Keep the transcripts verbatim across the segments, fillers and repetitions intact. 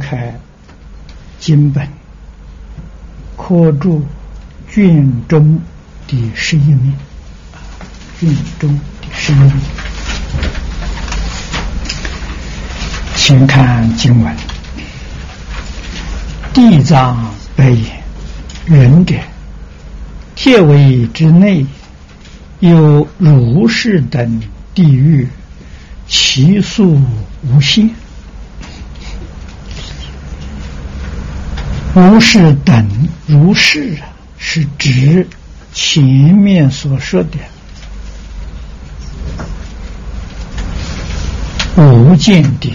开经本刻注卷中第十一面，卷中第十一面，请看经文：地藏白言，云者，铁围之内有如是等地狱，其数无限。如是等如是啊，是指前面所说的无间地狱、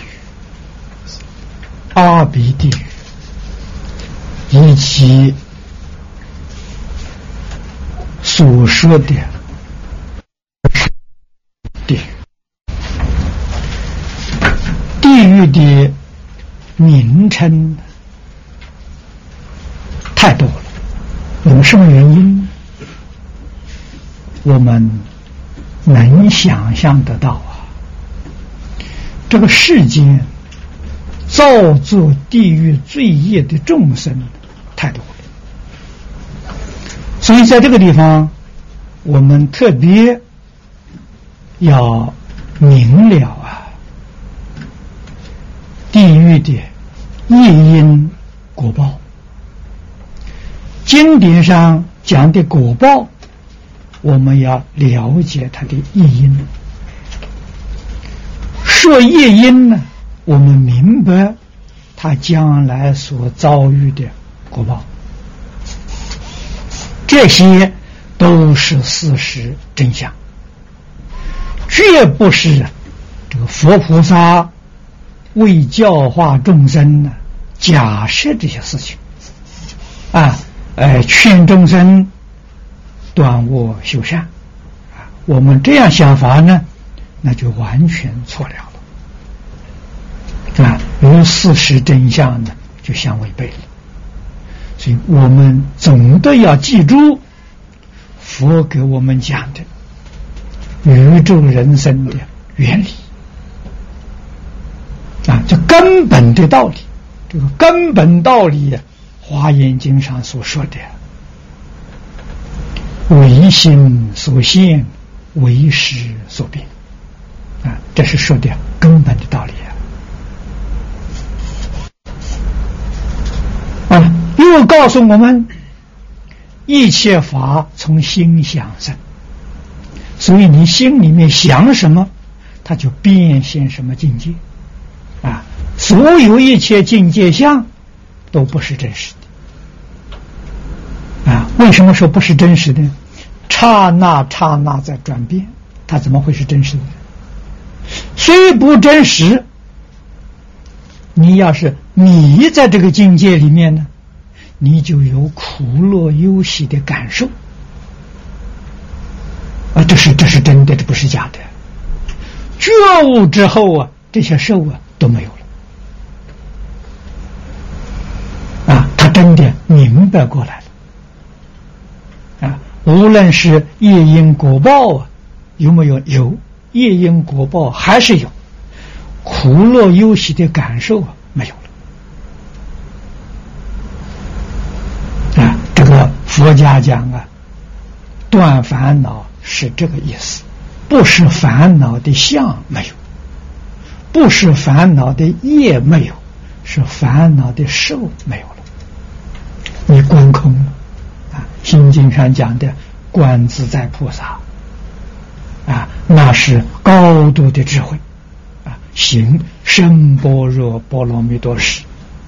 阿鼻地狱以及所说的地狱。地狱的名称太多了，有什么原因呢？我们能想象得到啊，这个世间造作地狱罪业的众生太多了，所以在这个地方我们特别要明了啊，地狱的业因果报。经典上讲的果报，我们要了解它的业因。说业因呢，我们明白他将来所遭遇的果报，这些都是事实真相，绝不是这个佛菩萨为教化众生呢假设这些事情啊。哎，劝众生断恶修善啊，我们这样想法呢，那就完全错了了啊，与事实真相呢就相违背了。所以我们总的要记住佛给我们讲的宇宙人生的原理啊，这根本的道理，这个根本道理啊，华严经上所说的唯心所现，唯识所变啊，这是说的根本的道理啊。啊，又告诉我们一切法从心想生，所以你心里面想什么，它就变现什么境界啊。所有一切境界相都不是真实的啊！为什么说不是真实的？刹那刹那在转变，它怎么会是真实的？虽不真实，你要是迷在这个境界里面呢，你就有苦乐忧喜的感受啊！这是这是真的，这不是假的。觉悟之后啊，这些受啊都没有了啊！他真的明白过来了。啊，无论是业因果报啊，有没有？有，业因果报还是有，苦乐忧喜的感受啊没有了。啊，这个佛家讲啊，断烦恼是这个意思，不是烦恼的相没有，不是烦恼的业没有，是烦恼的受没有了，你观空了。心经上讲的观自在菩萨啊，那是高度的智慧啊，行深般若波罗蜜多时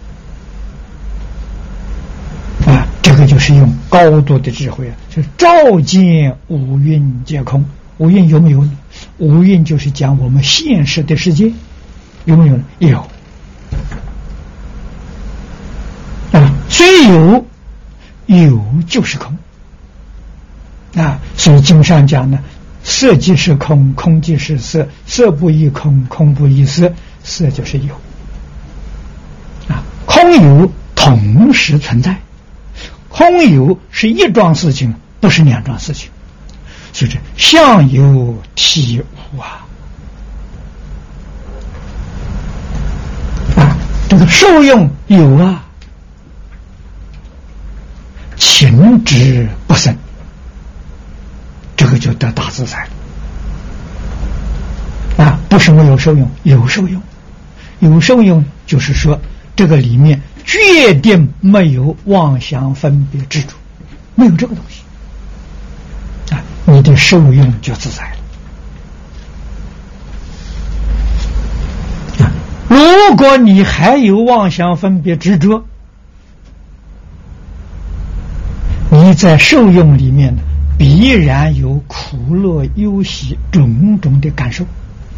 啊，这个就是用高度的智慧啊，就是照见五蕴皆空。五蕴有没有呢？五蕴就是讲我们现实的世界，有没有呢？有啊，虽有。有就是空啊，所以经上讲呢，色即是空，空即是色，色不异空，空不异色，色就是有啊，空有同时存在，空有是一桩事情，不是两桩事情，所以这相有体无啊，啊，这个个受用有啊，情执不生，这个就得大自在了啊！不是没有受用，有受用，有受用就是说这个里面决定没有妄想分别执着，没有这个东西啊，你的受用就自在了啊！如果你还有妄想分别执着，你在受用里面呢，必然有苦乐忧喜种种的感受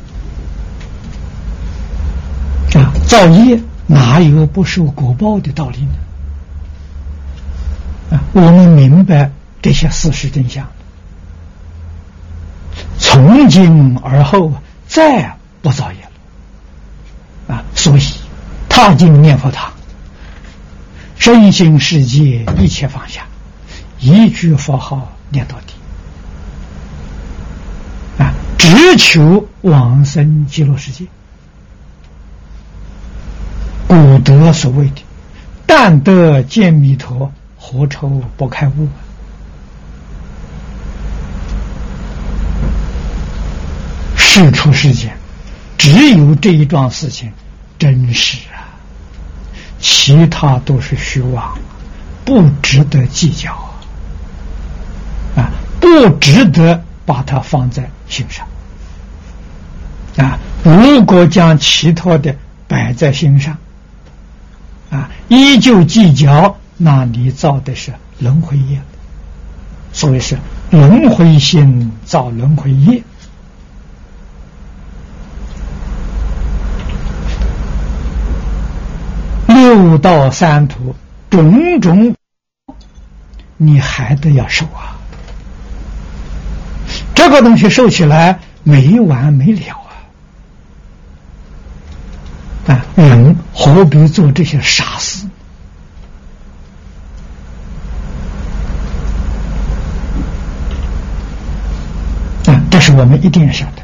啊！造业哪有不受果报的道理呢？啊，我们明白这些事实真相，从今而后再不造业了啊！所以踏进念佛堂，身心世界一切放下，一句佛号念到底啊，只求往生极乐世界。古德所谓的但得见弥陀，何愁不开悟？世出世间只有这一桩事情真实啊，其他都是虚妄，不值得计较啊，不值得把它放在心上啊。如果将其他的摆在心上啊，依旧计较，那你造的是轮回业。所谓是轮回心造轮回业。六道三途种种，你还得要受啊。这个东西受起来没完没了啊！啊，人何必做这些傻事？啊，这是我们一定要晓得。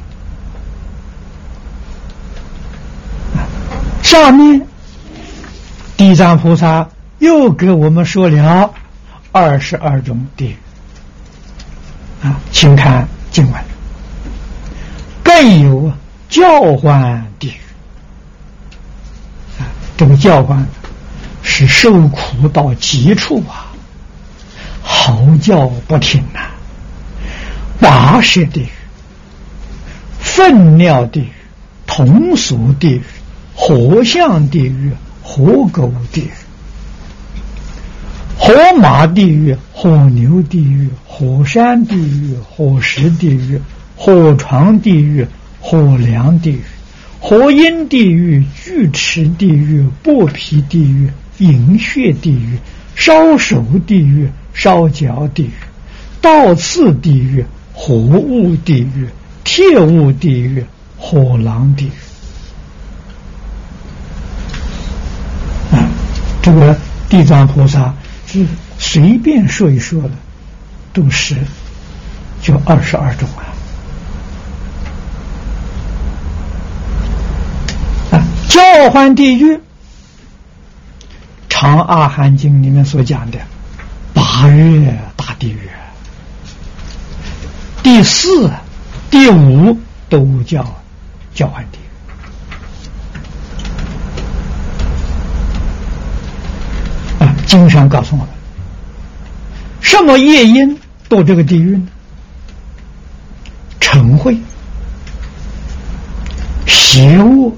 啊，下面地藏菩萨又给我们说了二十二种地狱啊，请看经文，更有叫唤地狱啊，这个叫唤是受苦到极处啊，嚎叫不停啊，拔舌地狱、粪尿地狱、铜锁地狱、火象地狱、火狗地狱、火马地狱、火牛地狱、火山地狱、火石地狱、火床地狱、火梁地狱、火阴地狱、锯齿地狱、剥皮地狱、饮血地狱、烧手地狱、烧脚地狱、倒刺地狱、火雾地狱、铁雾地狱、火狼地狱。啊，这个地藏菩萨是随便说一说的，都是就二十二种啊。啊，交换地狱，长阿含经里面所讲的八热大地狱，第四、第五都叫交换地狱。啊，经上告诉我们，什么业因堕这个地狱呢？嗔恚、邪恶，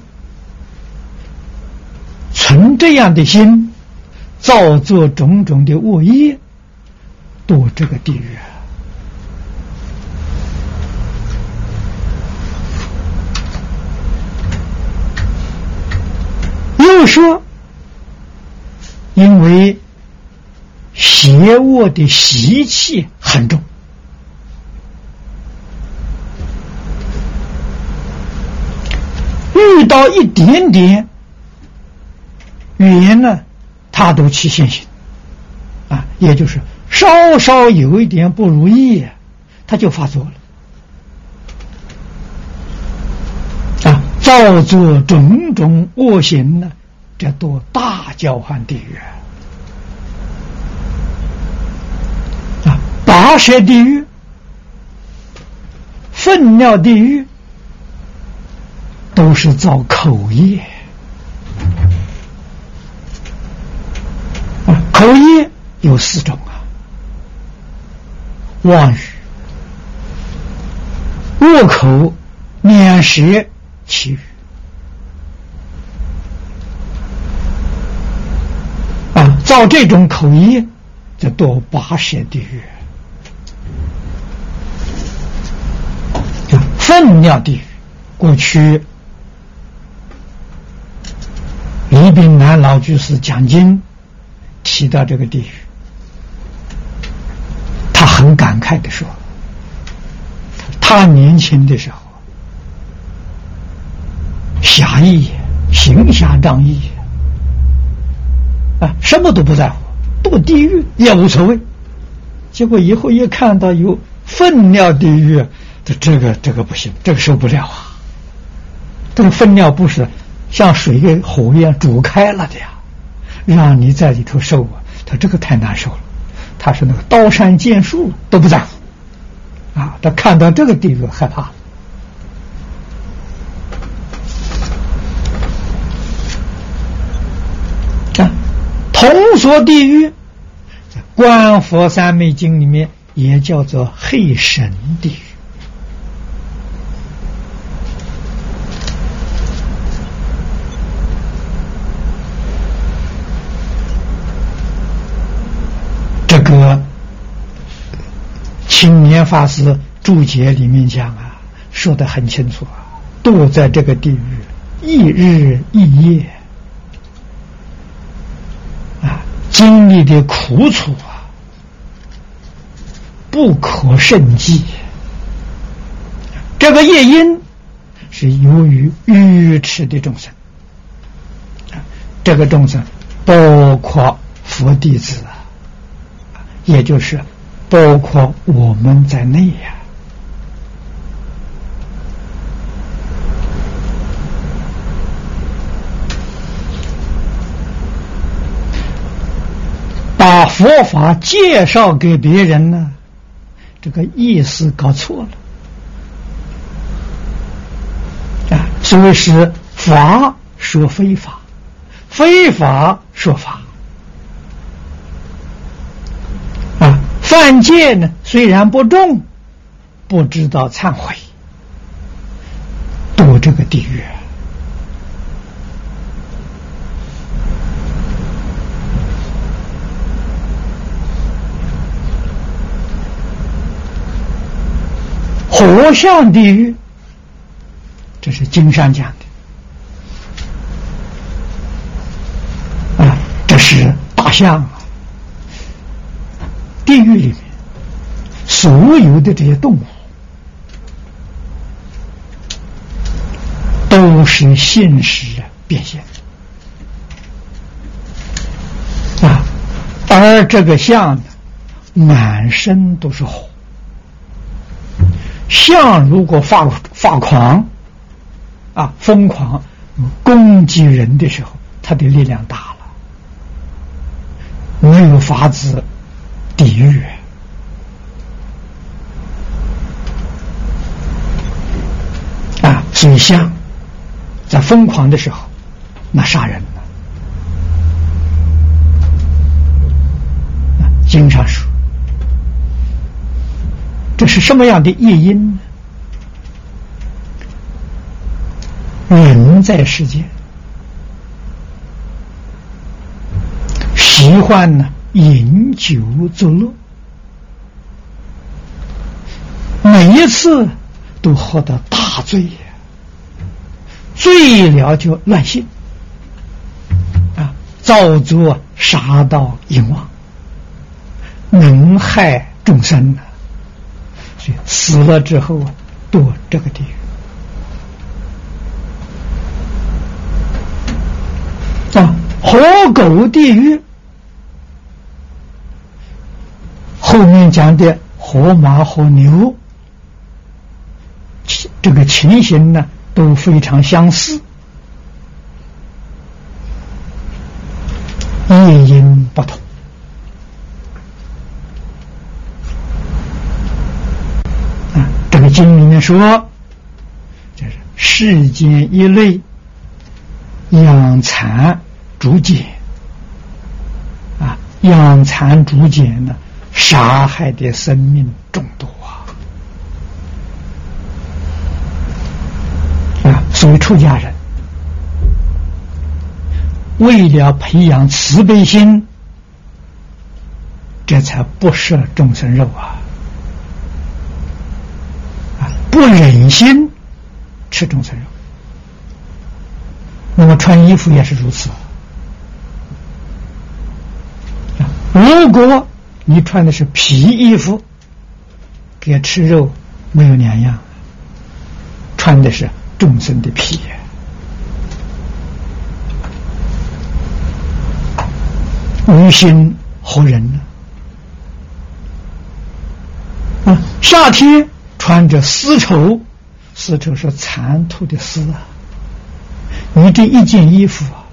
存这样的心，造作种种的恶业，堕这个地狱啊。又说，因为邪恶的习气很重，遇到一点点缘呢，他都起现行啊，也就是稍稍有一点不如意，他就发作了啊，造作种种恶行呢， 这堕大交换地狱啊！拔舌地狱、粪尿地狱都是造口业啊！口业有四种啊：妄语、恶口、念舌、绮语啊！造这种口业，就堕拔舌地狱。粪尿地狱，过去李炳南老居士讲经提到这个地狱，他很感慨地说，他年轻的时候侠义，行侠仗义啊，什么都不在乎，堕地狱也无所谓。结果以后一看到有粪尿地狱，这这个这个不行，这个受不了啊！这个粪尿不是像水跟火一样煮开了的呀，让你在里头受啊，他这个太难受了。他是那个刀山剑树都不在乎啊，他看到这个地狱害怕了。啊，铜锁地狱，在《观佛三昧经》里面也叫做黑神地狱。这个青年法师注解里面讲啊，说得很清楚啊，堕在这个地狱一日一夜啊，经历的苦楚啊，不可胜计。这个业因是由于愚痴的众生，这个众生包括佛弟子啊，也就是包括我们在内呀、啊。把佛法介绍给别人呢，这个意思搞错了啊！所以是法说非法，非法说法。啊，犯戒呢，虽然不重，不知道忏悔，堕这个地狱。火象地狱，这是经上讲的啊，这是大象啊。地狱里面所有的这些动物都是现实变现啊，而这个象呢，满身都是火。象如果发发狂啊，疯狂攻击人的时候，它的力量大了，没有法子抵御啊！所以象在疯狂的时候，那杀人了。经上说，这是什么样的业因呢？人在世间喜欢呢饮酒作乐，每一次都喝到大醉，醉了就乱性啊，造作杀盗淫妄，能害众生呢、啊。所以死了之后啊，堕这个地狱啊，活狗地狱。后面讲的活马活牛，这个情形呢都非常相似业因不同。啊，这个经里面说，这是世间一类养蚕逐茧啊，养蚕逐茧呢，杀害的生命众多啊！啊，所以出家人为了培养慈悲心，这才不摄众生肉啊！啊，不忍心吃众生肉。那么穿衣服也是如此。如果你穿的是皮衣服，跟吃肉没有两样，穿的是众生的皮。于心何忍呢？啊，夏天穿着丝绸，丝绸是蚕吐的丝啊。你这一件衣服啊，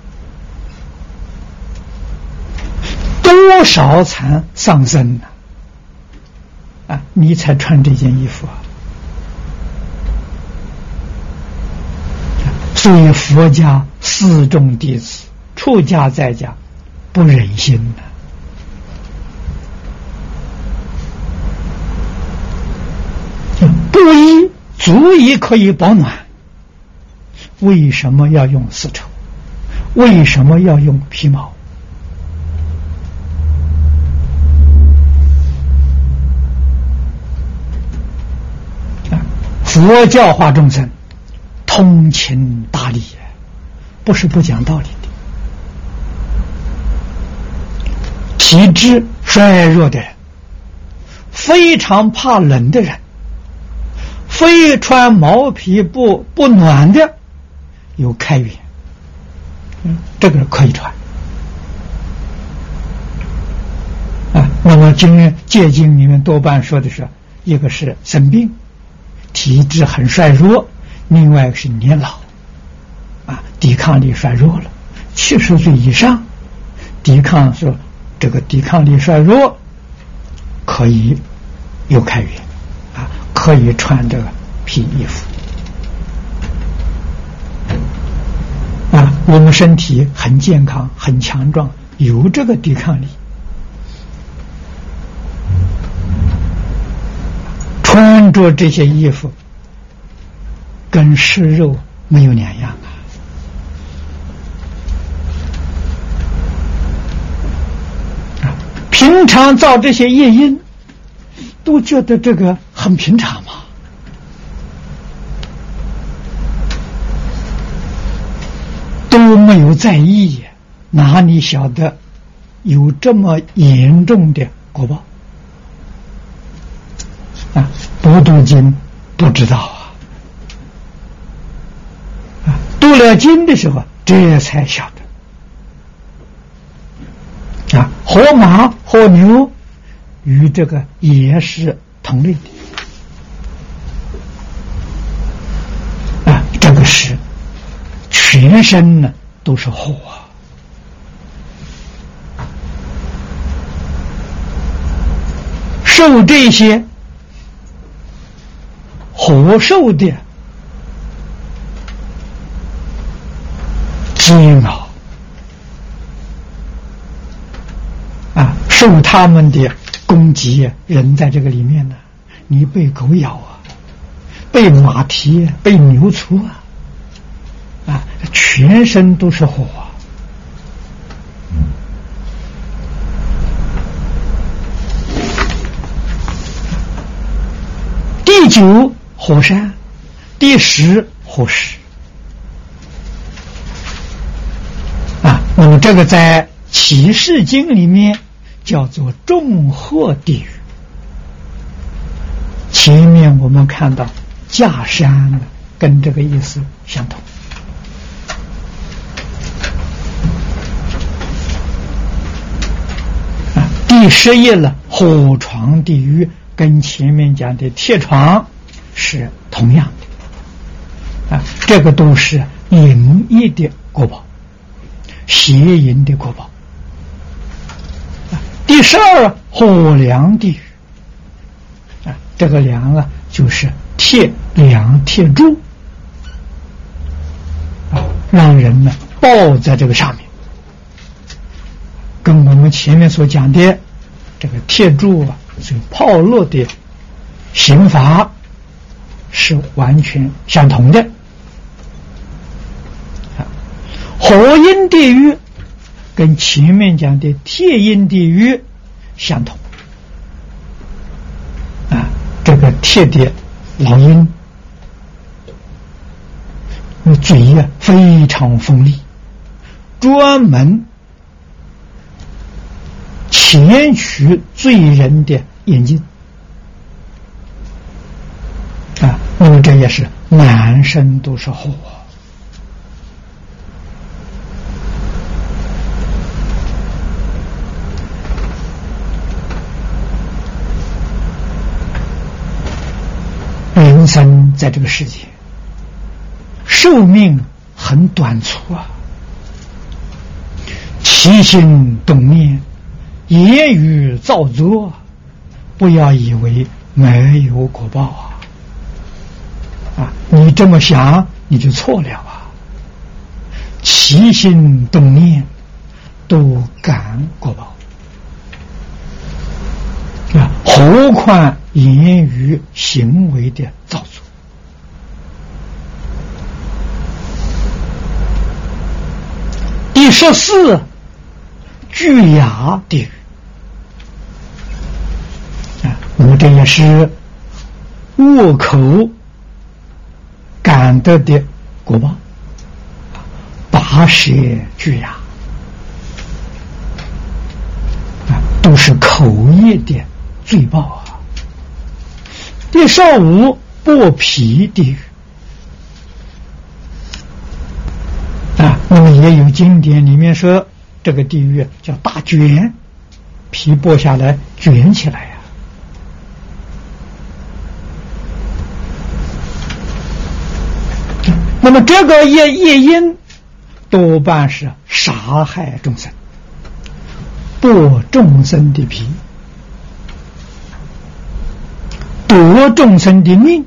多少蚕上身呢？啊，你才穿这件衣服啊！所以佛家四众弟子出家在家不忍心呢。布衣足以可以保暖，为什么要用丝绸？为什么要用皮毛？佛教化众生，通情达理，不是不讲道理的。体质衰弱的人，非常怕冷的人，非穿毛皮布不暖的，有开源，嗯，这个可以穿。啊，那么经戒经里面多半说的是，一个是生病，体质很衰弱，另外一个是年老，啊，抵抗力衰弱了，七十岁以上，抵抗说这个抵抗力衰弱，可以有开源，啊，可以穿这个皮衣服。啊，我们身体很健康、很强壮，有这个抵抗力，穿着这些衣服，跟吃肉没有两样啊！啊，平常造这些业因，都觉得这个很平常嘛。都没有在意，哪里晓得有这么严重的果报啊？不读经不知道啊！啊，读了经的时候，这才晓得啊，活马活牛与这个也是同类的啊，这个是。全身呢都是火，受这些火受的煎熬啊，受他们的攻击，人在这个里面呢，你被狗咬啊，被马蹄，被牛畜啊。啊，全身都是火。第九火山，第十火石。啊，那么这个在启示经里面叫做众火地狱。前面我们看到架山呢，跟这个意思相同。第十页了，火床地狱跟前面讲的铁床是同样的啊，这个都是淫业的果报，邪淫的果报第十二，火梁地狱啊，这个梁啊，就是铁梁铁柱啊，让人呢抱在这个上面，跟我们前面所讲的这个铁柱啊，所以炮烙的刑罚是完全相同的。啊，火阴地狱跟前面讲的铁阴地狱相同。啊，这个铁的老鹰，嘴啊非常锋利，专门窃取罪人的眼睛。啊，那么这也是满身都是火。人生在这个世界，寿命很短促啊，起心动念，言语造作，不要以为没有果报啊！啊，你这么想你就错了啊！起心动念都感果报啊，何况言语行为的造作。第十四，巨牙地狱啊，那么这也是恶口感得的果报，拔舌巨牙啊，都是口业的罪报啊。第十五，剥皮地狱啊，那么也有经典里面说，这个地狱叫大卷，皮剥下来卷起来呀、啊。那么这个业业因多半是杀害众生，剥众生的皮，夺众生的命，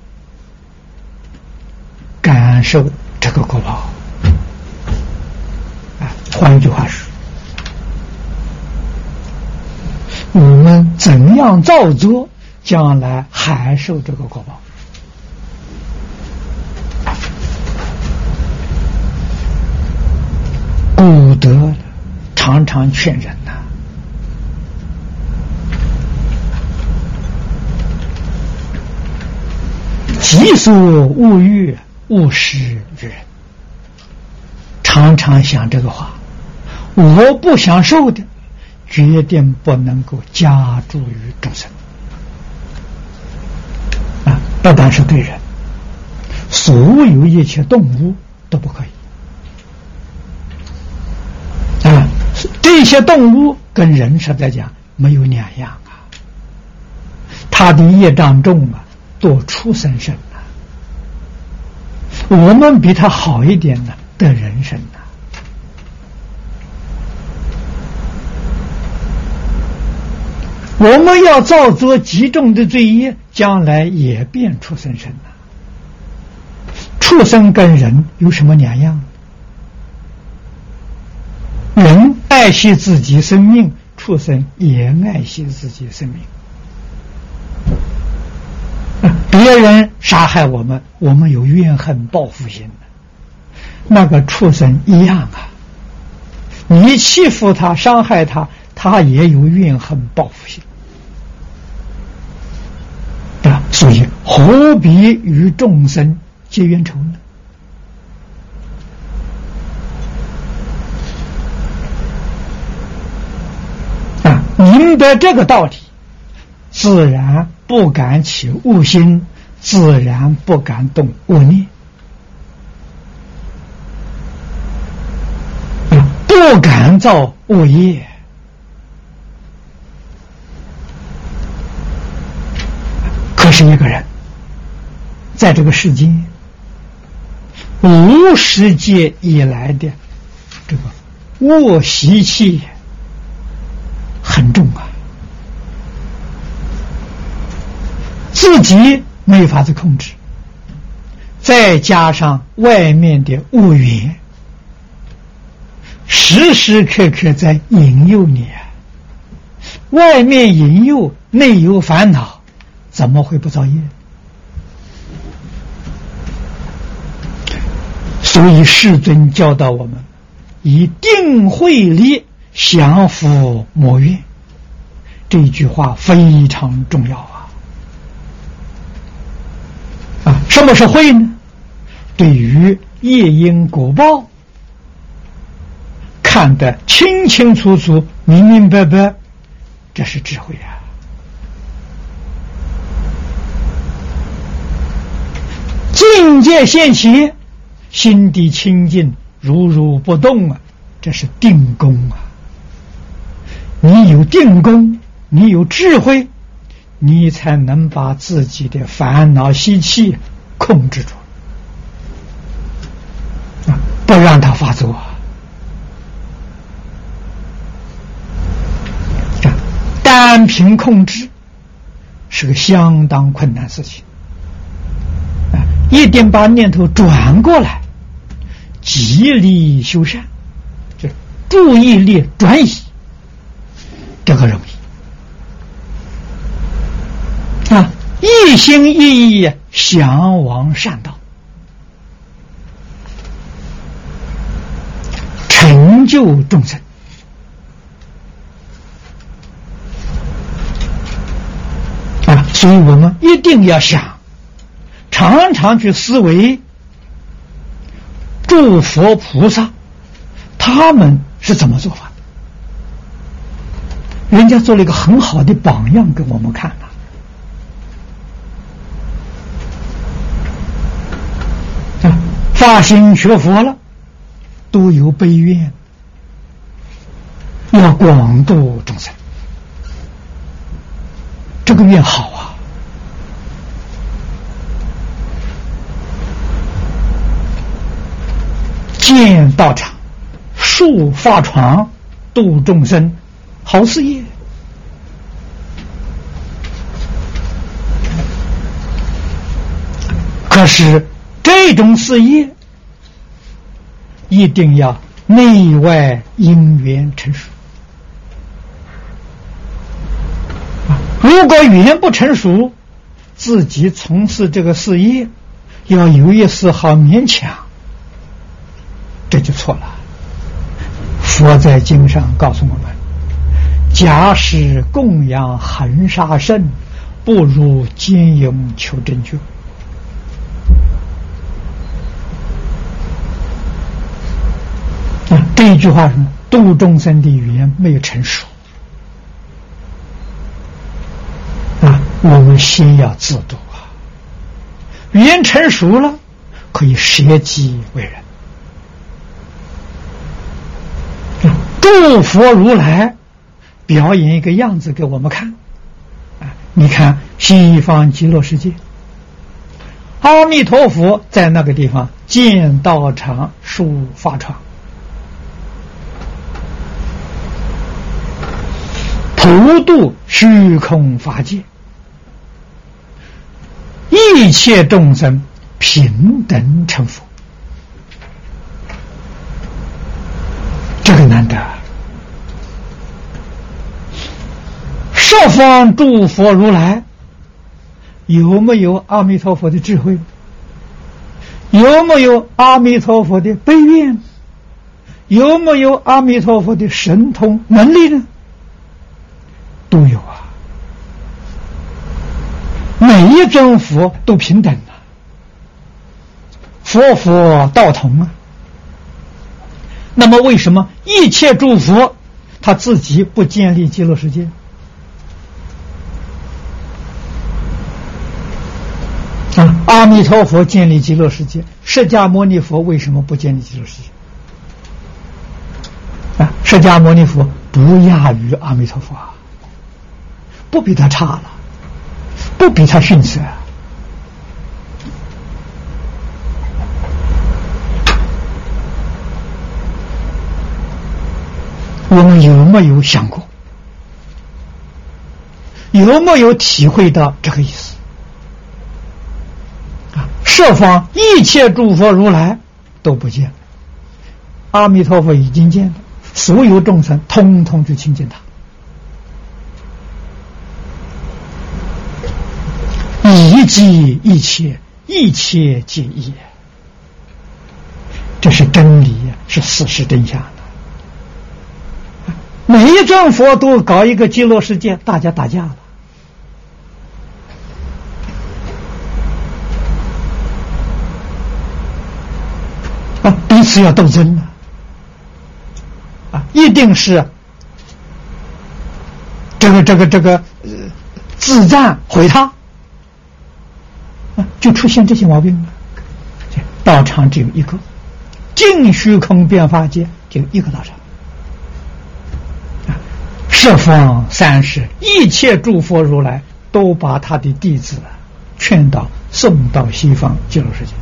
感受这个果报。啊，换一句话说，我们怎样造作，将来还受这个果报。古德常常劝人呐、啊，己所勿欲，勿施于人。常常想这个话，我不享受的，决定不能够加诸于众生。啊，不但是对人，所有一切动物都不可以。啊，这些动物跟人实在讲没有两样啊，他的业障重啊，多畜生身啊，我们比他好一点呢，得人身啊。我们要造作极重的罪业，将来也变畜生身啊。畜生跟人有什么两样？人爱惜自己生命，畜生也爱惜自己生命。别人杀害我们，我们有怨恨报复心，那个畜生一样啊，你欺负他伤害他，他也有怨恨报复心啊，所以何必与众生结冤仇呢？啊，明白这个道理，自然不敢起恶心，自然不敢动恶念，啊，不敢造恶业。可是一个人在这个世间无始劫以来的这个恶习气很重自己没法子控制，再加上外面的物缘，时时刻刻在引诱你啊！外面引诱，内有烦恼，怎么会不造业？所以世尊教导我们，以定慧力降伏魔怨，这句话非常重要啊！啊，什么是慧呢？对于业因果报看得清清楚楚、明明白白，这是智慧啊！境界现前，心地清净，如如不动啊，这是定功啊！你有定功，你有智慧，你才能把自己的烦恼习气控制住啊，不让它发作啊！单凭控制是个相当困难事情啊！一定把念头转过来，极力修善，就注意力转移，这个容易啊！一心一意向往善道，成就众生。啊，所以我们一定要想，常常去思维诸佛菩萨他们是怎么做法的，人家做了一个很好的榜样给我们看了啊，发心学佛了，都有悲愿，要广度众生，这个愿好啊！建道场、树法床、度众生，好事业。可是这种事业一定要内外因缘成熟。如果缘不成熟，自己从事这个事业要有一丝毫勉强，这就错了。佛在经上告诉我们，假使供养恒沙圣，不如兼营求真觉。啊，这一句话是度众生的缘没有成熟啊，我们先要自度啊，缘成熟了，可以舍己为人。诸佛如来表演一个样子给我们看啊！你看西方极乐世界，阿弥陀佛在那个地方建道场、树法床，普度虚空法界，一切众生平等成佛，这个难得。十方诸佛如来有没有阿弥陀佛的智慧？有没有阿弥陀佛的悲愿？有没有阿弥陀佛的神通能力呢？都有啊！每一尊佛都平等啊，佛佛道同啊。那么为什么一切诸佛他自己不建立极乐世界？啊，阿弥陀佛建立极乐世界，释迦牟尼佛为什么不建立极乐世界？啊，释迦牟尼佛不亚于阿弥陀佛啊，不比他差了，不比他逊色啊。我们有没有想过？有没有体会到这个意思？ 十方一切诸佛如来都不见了，阿弥陀佛已经见了，所有众生通通去亲近他，一即一切，一切皆一，这是真理，是事实真相的。每一尊佛都搞一个极乐世界，大家打架了啊，彼此要斗争了啊，一定是这个这个这个、呃、自赞毁他啊，就出现这些毛病了。道场只有一个，净虚空遍法界就一个道场。十方三世一切诸佛如来都把他的弟子劝导送到西方极乐世界。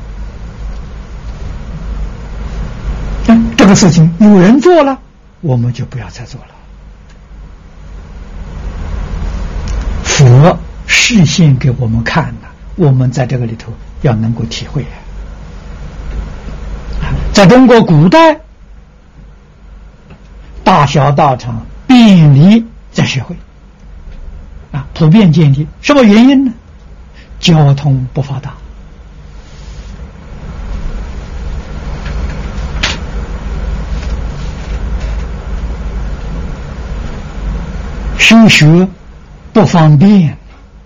这个事情有人做了，我们就不要再做了。佛示现给我们看了，我们在这个里头要能够体会。在中国古代，大小道场便利在社会啊，普遍建立。什么原因呢？交通不发达，修学不方便，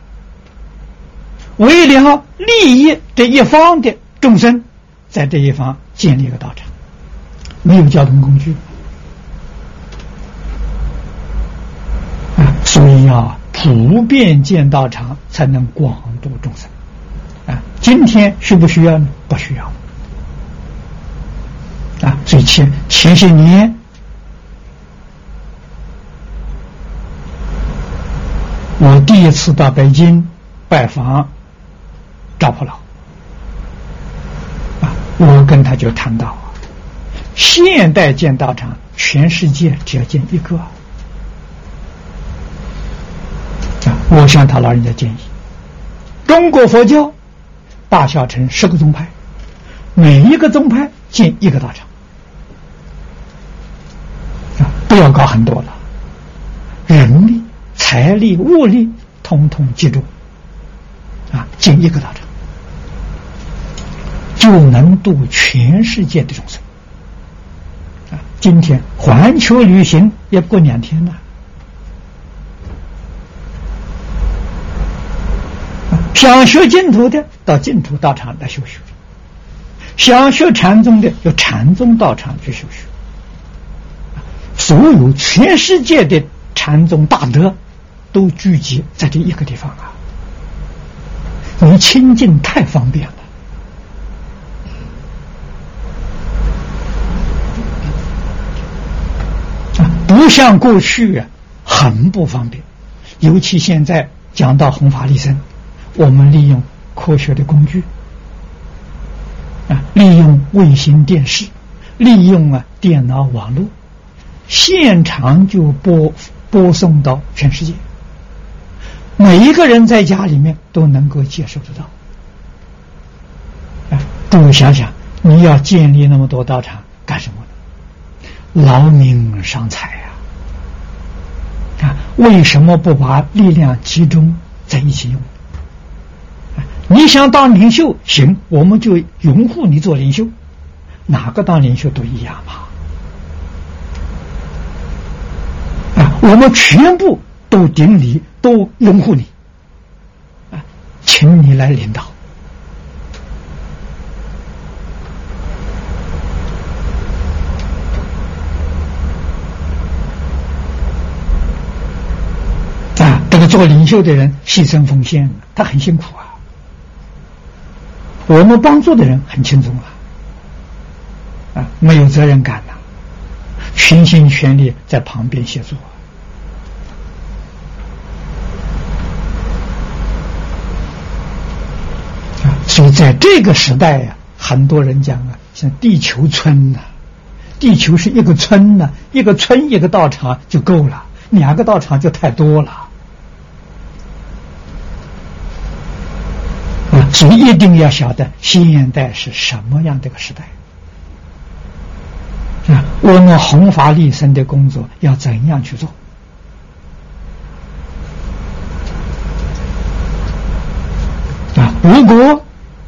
为了利益这一方的众生，在这一方建立一个道场，没有交通工具啊，所以要普遍建道场，才能广度众生啊。今天需不需要呢？不需要啊。所以前前些年，我第一次到北京拜访赵普老啊，我跟他就谈到啊，现代建道场，全世界只要建一个啊。我向他老人家建议，中国佛教大小乘十个宗派，每一个宗派建一个道场啊，不要搞很多了，人力、财力、物力统统集中啊，建一个道场，就能度全世界的众生啊。今天环球旅行也不过两天了，想学净土的到净土道场来修学，想学禅宗的有禅宗道场去修学。所有全世界的禅宗大德都聚集在这一个地方啊，你亲近太方便了啊，不像过去啊很不方便。尤其现在讲到弘法利生，我们利用科学的工具啊，利用卫星电视，利用啊电脑网络，现场就播播送到全世界，每一个人在家里面都能够接受得到啊。各位想想，你要建立那么多道场干什么呢？劳民伤财啊！啊，为什么不把力量集中在一起用？你想当领袖行，我们就拥护你做领袖，哪个当领袖都一样嘛。啊，我们全部都顶你，都拥护你啊，请你来领导啊。这个做领袖的人牺牲奉献，他很辛苦啊。我们帮助的人很轻松啊，啊，没有责任感呐、啊，全心全力在旁边协助啊。所以在这个时代呀、啊，很多人讲啊，像地球村呐、啊，地球是一个村呐、啊，一个村一个道场就够了，两个道场就太多了。 所以一定要晓得现代是什么样的一个时代啊！我们弘法利生的工作要怎样去做啊？如果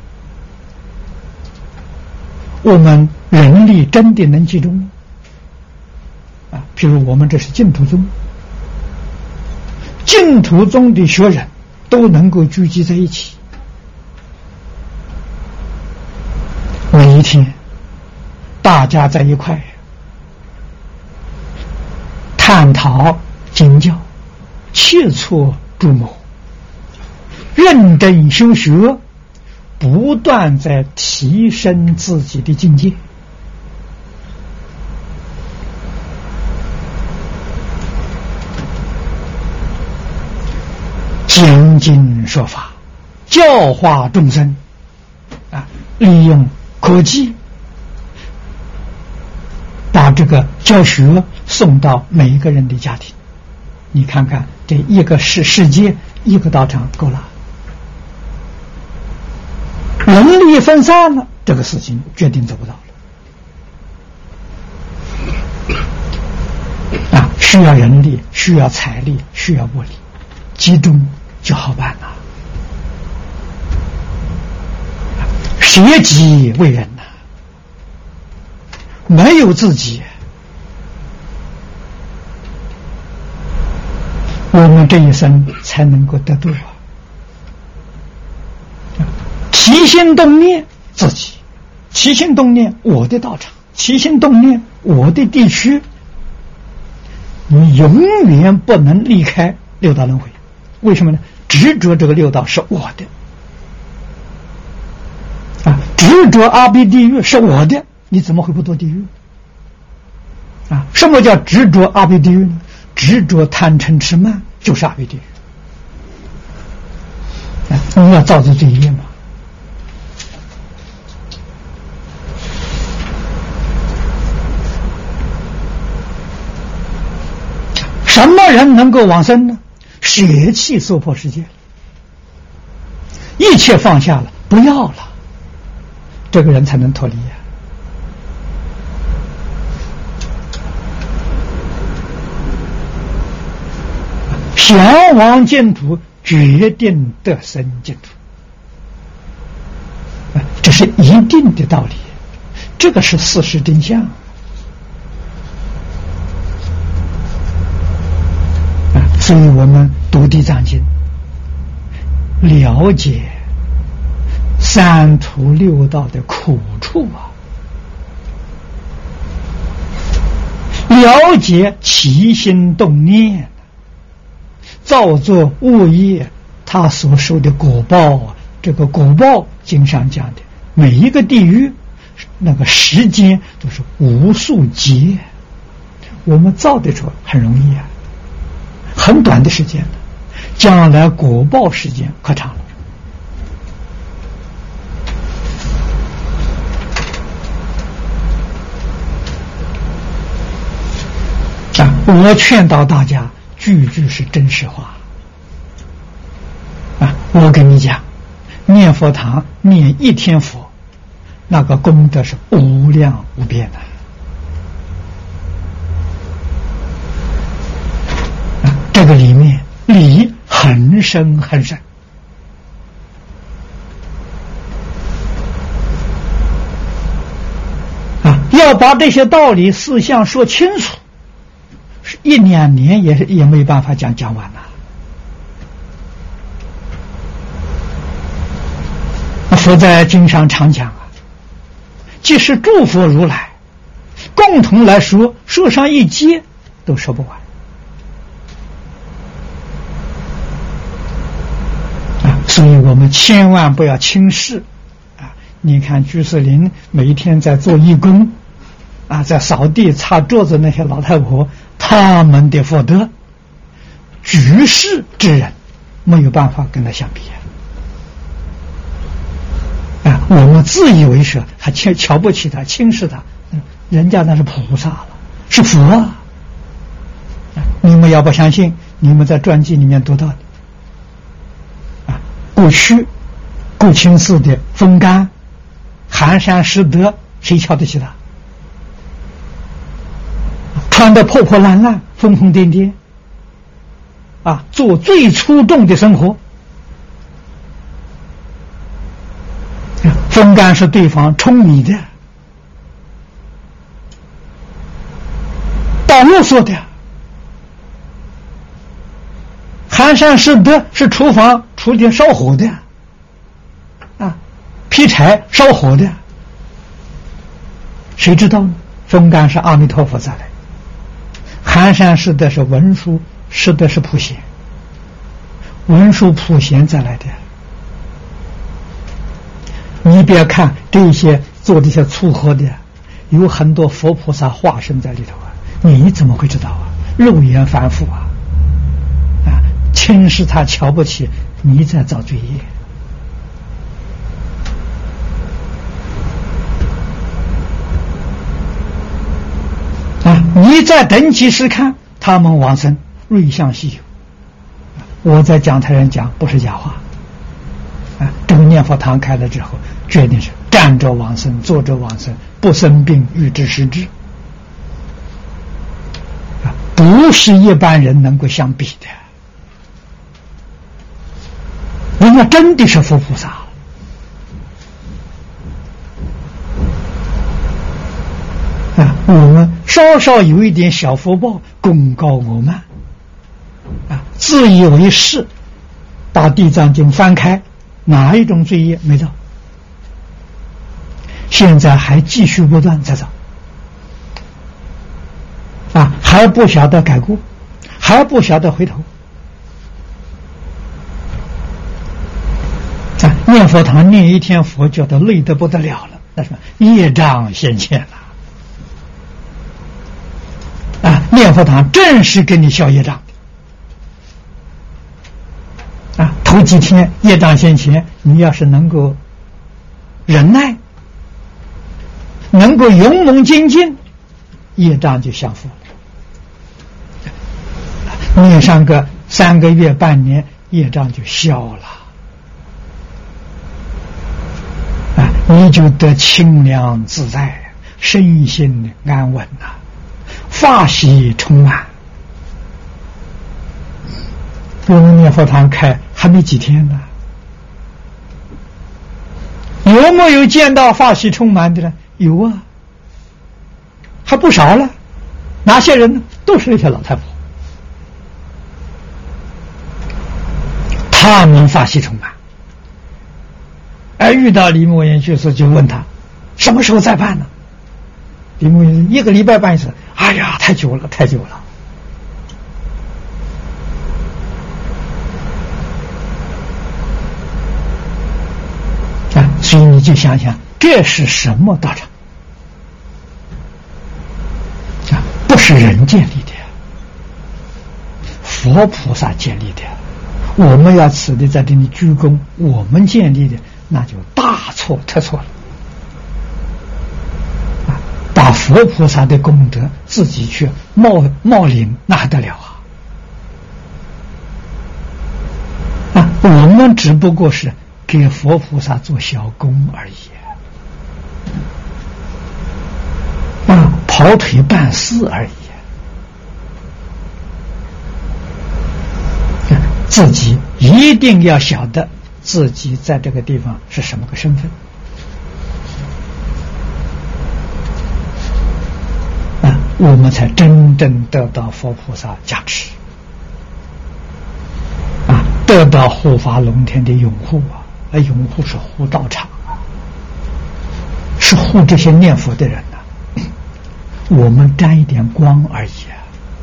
我们人力真的能集中啊，譬如我们这是净土宗，净土宗的学人都能够聚集在一起，每一天大家在一块探讨经教，切磋诸谋，认真修学，不断在提升自己的境界。讲经说法，教化众生啊，利用科技把这个教学送到每一个人的家庭。你看看，这一个世世界一个道场够了。人力分散了，这个事情决定做不到了啊！需要人力，需要财力，需要物力，集中就好办了。舍己为人呐、啊，没有自己，我们这一生才能够得度啊！起心动念自己，起心动念我的道场，起心动念我的地区，你永远不能离开六道轮回。为什么呢？执着这个六道是我的啊，执着阿鼻地狱是我的，你怎么会不堕地狱啊？什么叫执着阿鼻地狱呢？执着贪嗔痴慢就是阿鼻地狱啊！你要造作罪业嘛。什么人能够往生呢？舍弃娑婆世界，一切放下了，不要了，这个人才能脱离啊！向往净土，决定得生净土，这是一定的道理，这个是事实真相。所以我们读地藏经，了解三途六道的苦处啊，了解起心动念造作恶业他所受的果报啊，这个果报经上讲的每一个地狱那个时间都是无数劫，我们造得出很容易啊，很短的时间了，将来果报时间可长了啊！我劝导大家，句句是真实话啊！我跟你讲，念佛堂念一天佛，那个功德是无量无边的。这个里面理很深很深啊！要把这些道理思想说清楚，一两年也是也没办法讲讲完了。佛在经上常讲啊，即使诸佛如来共同来说，说上一节都说不完。所以我们千万不要轻视啊！你看居士林每一天在做义工啊，在扫地擦桌子，那些老太婆他们的福德，举世之人没有办法跟他相比啊！我们自以为是，还瞧瞧不起他，轻视他，人家那是菩萨了，是佛啊！你们要不相信，你们在传记里面读到的。过去顾清寺的风干、寒山拾得，谁瞧得起他？穿得破破烂烂、疯疯癫癫，啊，做最粗重的生活。风干是对方舂米的，道路做的。寒山拾得是厨房厨里烧火的，啊，劈柴烧火的。谁知道呢？风干是阿弥陀佛再来，寒山拾得是文殊，拾得是普贤，文殊普贤再来的。你别看这些做这些粗活的，有很多佛菩萨化身在里头啊，你怎么会知道啊？肉眼凡夫啊，啊，轻视他瞧不起，你在造罪业。啊，你在等几时看他们往生，瑞相稀有。我在讲台上讲，不是假话。啊，这个念佛堂开了之后，决定是站着往生，坐着往生，不生病，预知时至。啊，不是一般人能够相比的。人家真的是佛菩萨。啊，我们稍稍有一点小福报，功高我慢，啊，自以为是，把地藏经翻开，哪一种罪业没到？现在还继续不断在造，啊，还不晓得改过，还不晓得回头。啊，念佛堂念一天佛教都累得不得了了，那什么业障现前了。啊，念佛堂正是给你消业障的。啊，头几天业障现前，你要是能够忍耐，能够勇猛精进，业障就降伏了。念上个三个月、半年，业障就消了。啊，你就得清凉自在，身心安稳呐、啊。法喜充满。我们念佛堂开还没几天呢，有没有见到法喜充满的呢？有啊，还不少了。哪些人呢？都是那些老太婆，他们法喜充满。而遇到李牧言居士，就问他什么时候再办呢？李牧言一个礼拜办一次。哎呀，太久了，太久了。啊，所以你就想想，这是什么道场？啊，不是人建立的，佛菩萨建立的。我们要此地在这里鞠躬，我们建立的，那就大错特错了。把佛菩萨的功德自己去冒冒领，那还得了啊！啊，我们只不过是给佛菩萨做小功而已啊，跑腿办事而已。自己一定要晓得自己在这个地方是什么个身份。我们才真正得到佛菩萨加持啊，得到护法龙天的拥护啊！而拥护是护道场啊，是护这些念佛的人呐、啊。我们沾一点光而已啊！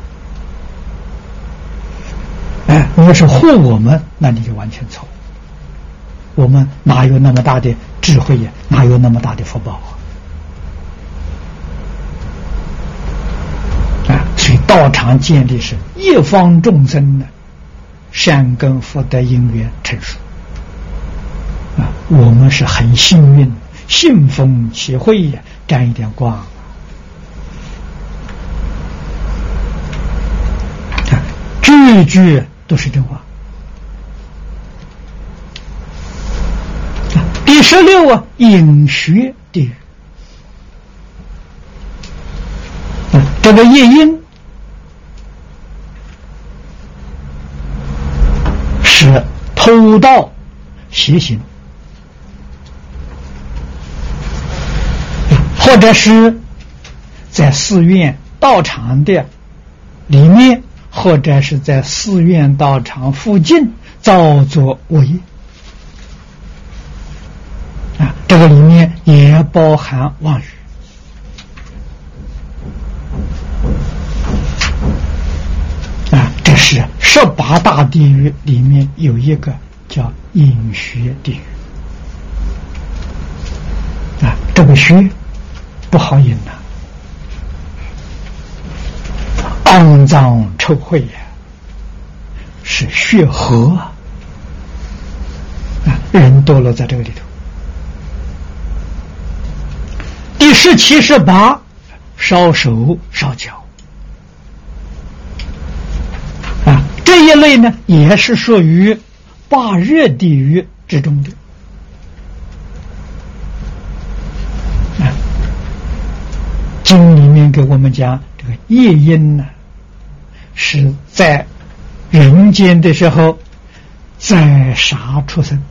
哎，你要是护我们，那你就完全错。我们哪有那么大的智慧呀？哪有那么大的福报啊？所以道场建立是一方众生的善根福德因缘成熟啊，我们是很幸运，信风起慧呀，沾一点光啊，句句都是真话十六啊，隐穴地狱。嗯、这个夜莺是偷盗邪行，或者是在寺院道场的里面，或者是在寺院道场附近造作恶业啊，这个里面也包含妄语啊。这是十八大地狱里面有一个叫隐穴地狱啊，这个穴不好引呐、啊，肮脏臭秽呀、啊，是血河啊，啊，人多了在这个里头。第十七、十八，烧手烧脚啊，这一类呢也是属于八热地狱之中的。啊，经里面给我们讲，这个夜莺呢，是在人间的时候宰杀畜生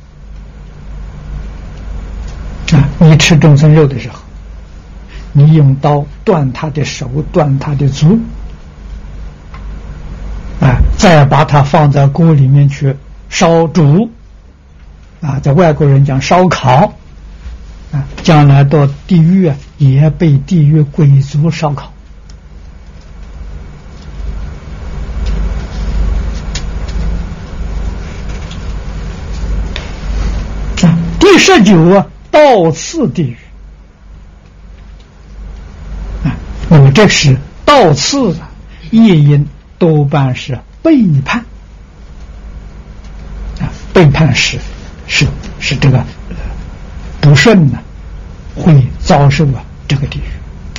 啊，你吃众生肉的时候，你用刀断他的手，断他的足啊，再把它放在锅里面去烧煮啊，在外国人讲烧烤啊，将来到地狱啊，也被地狱鬼族烧烤。啊，第十九啊，盗刺地狱啊，那么这是盗刺啊，夜莺多半是背叛啊，背叛是是是这个、呃、不顺呢，会遭受啊这个地狱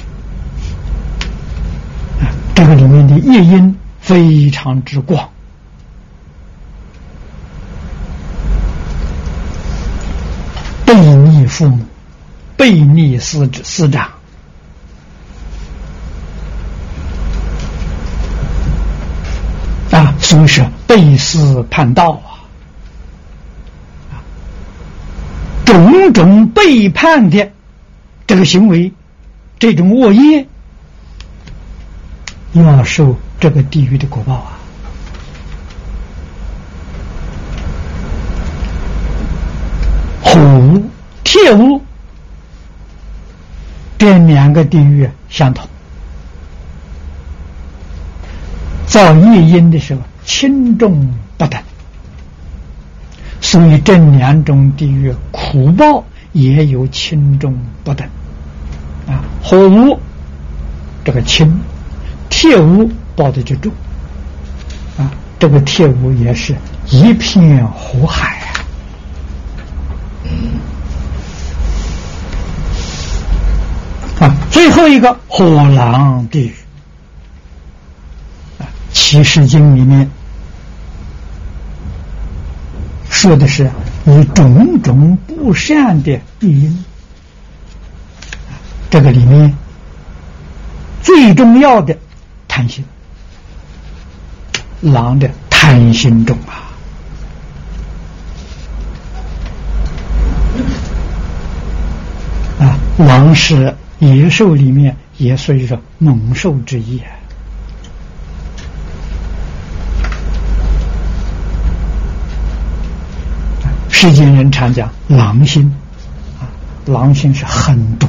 啊，这个里面的夜莺非常之广，背逆父母，背逆师师长。啊，所以是背师叛道啊，种种背叛的这个行为，这种恶业，要受这个地狱的果报啊。火屋、铁屋这两个地狱相同。造夜莺的时候轻重不等，所以这两种地狱苦报也有轻重不等啊。火屋这个轻，铁屋报的就重啊。这个铁屋也是一片火海啊。啊，最后一个火狼地狱。启示经里面说的是以种种不善的夜莺，这个里面最重要的贪心，狼的贪心重啊啊，狼是野兽里面也属于说猛兽之一啊。世间人常讲狼心啊，狼心是狠毒。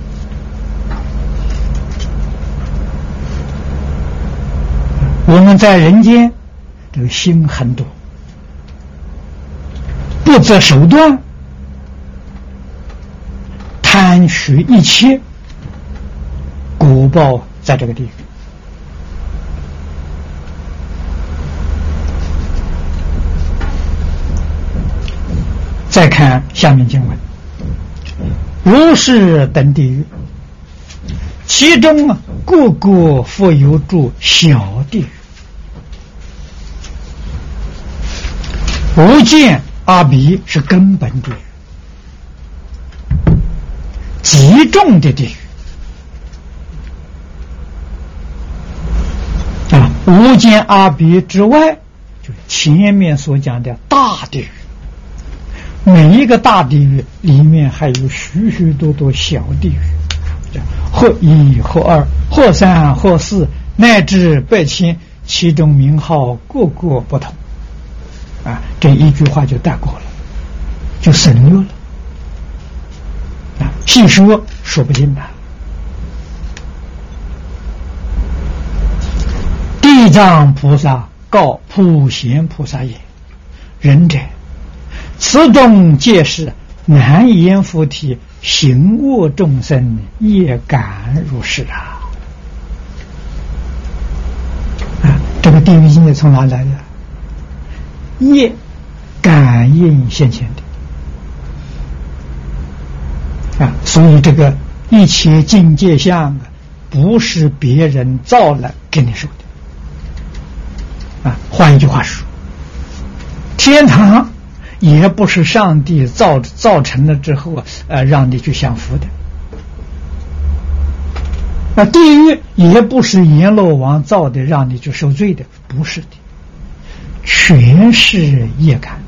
我们在人间这个心狠毒，不择手段，贪取一切，果报在这个地方。再看下面经文，如是等地狱，其中啊各个复有诸小地狱，无间阿鼻是根本地狱极重的地狱啊，无间阿鼻之外，就前面所讲的大地狱。每一个大地狱里面还有许许多多小地狱，或一或二或三或四乃至百千，其中名号各个不同啊，这一句话就带过了，就省略了啊，细说说不尽了。地藏菩萨告普贤菩萨也：仁者，此中皆是难言佛体，行恶众生业感如是啊！啊，这个地狱境界从哪来的？业感应现前的啊，所以这个一切境界相啊，不是别人造了给你说的啊。换一句话说，天堂也不是上帝造造成了之后啊，呃，让你去享福的。那地狱也不是阎罗王造的，让你去受罪的，不是的，全是业感。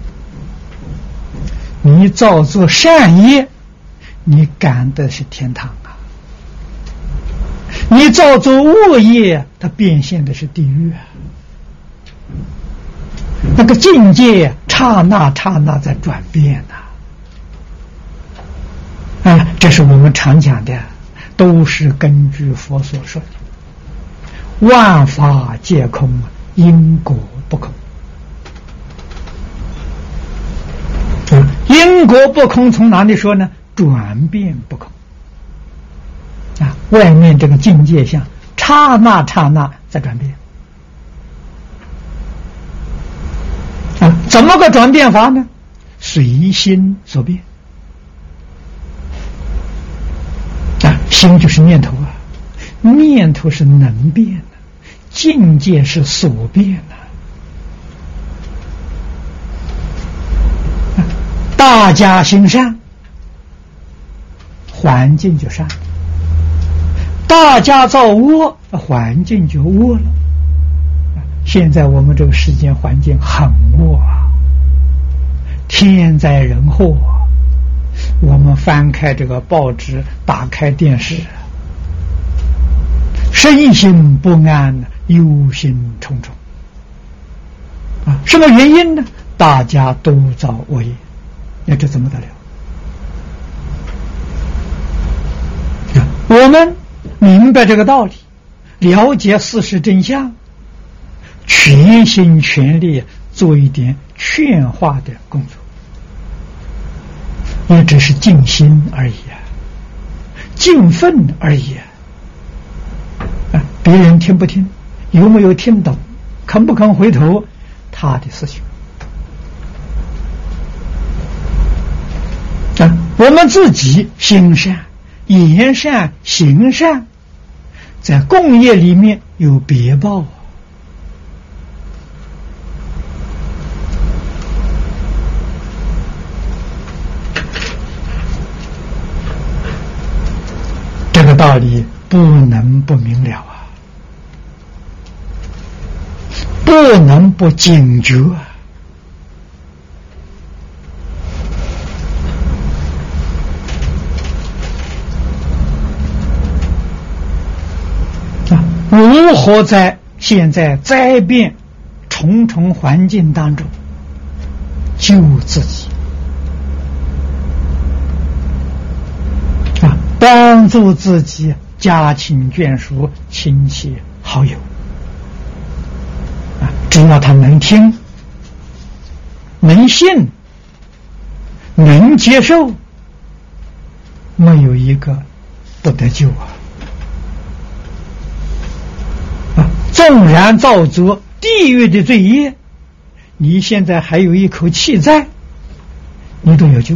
你造作善业，你感的是天堂啊；你造作恶业，它变现的是地狱啊。那个境界刹那刹那在转变呐、啊，啊，这是我们常讲的，都是根据佛所说的，万法皆空，因果不空。啊，因果不空从哪里说呢？转变不空。啊，外面这个境界相，刹那刹那在转变。啊，怎么个转变法呢？随心所变。啊，心就是念头啊，念头是能变的，境界是所变的。啊，大家行善，环境就善；大家造恶，环境就恶了。现在我们这个世间环境很恶啊，天灾人祸。我们翻开这个报纸，打开电视，身心不安，忧心忡忡啊！什么原因呢？大家都造恶业，那这怎么得了？我们明白这个道理，了解事实真相，全心全力做一点劝化的工作，也只是静心而已啊，敬愤而已啊。啊，别人听不听，有没有听懂，肯不肯回头，他的事情。啊，我们自己心善、言善、行善，在共业里面有别报啊。这个道理不能不明了啊，不能不警觉啊。啊，如何在现在灾变重重环境当中救自己？帮助自己家亲眷属、亲戚好友啊，只要他能听、能信、能接受，没有一个不得救啊！啊，纵然造作地狱的罪业，你现在还有一口气在，你都有救。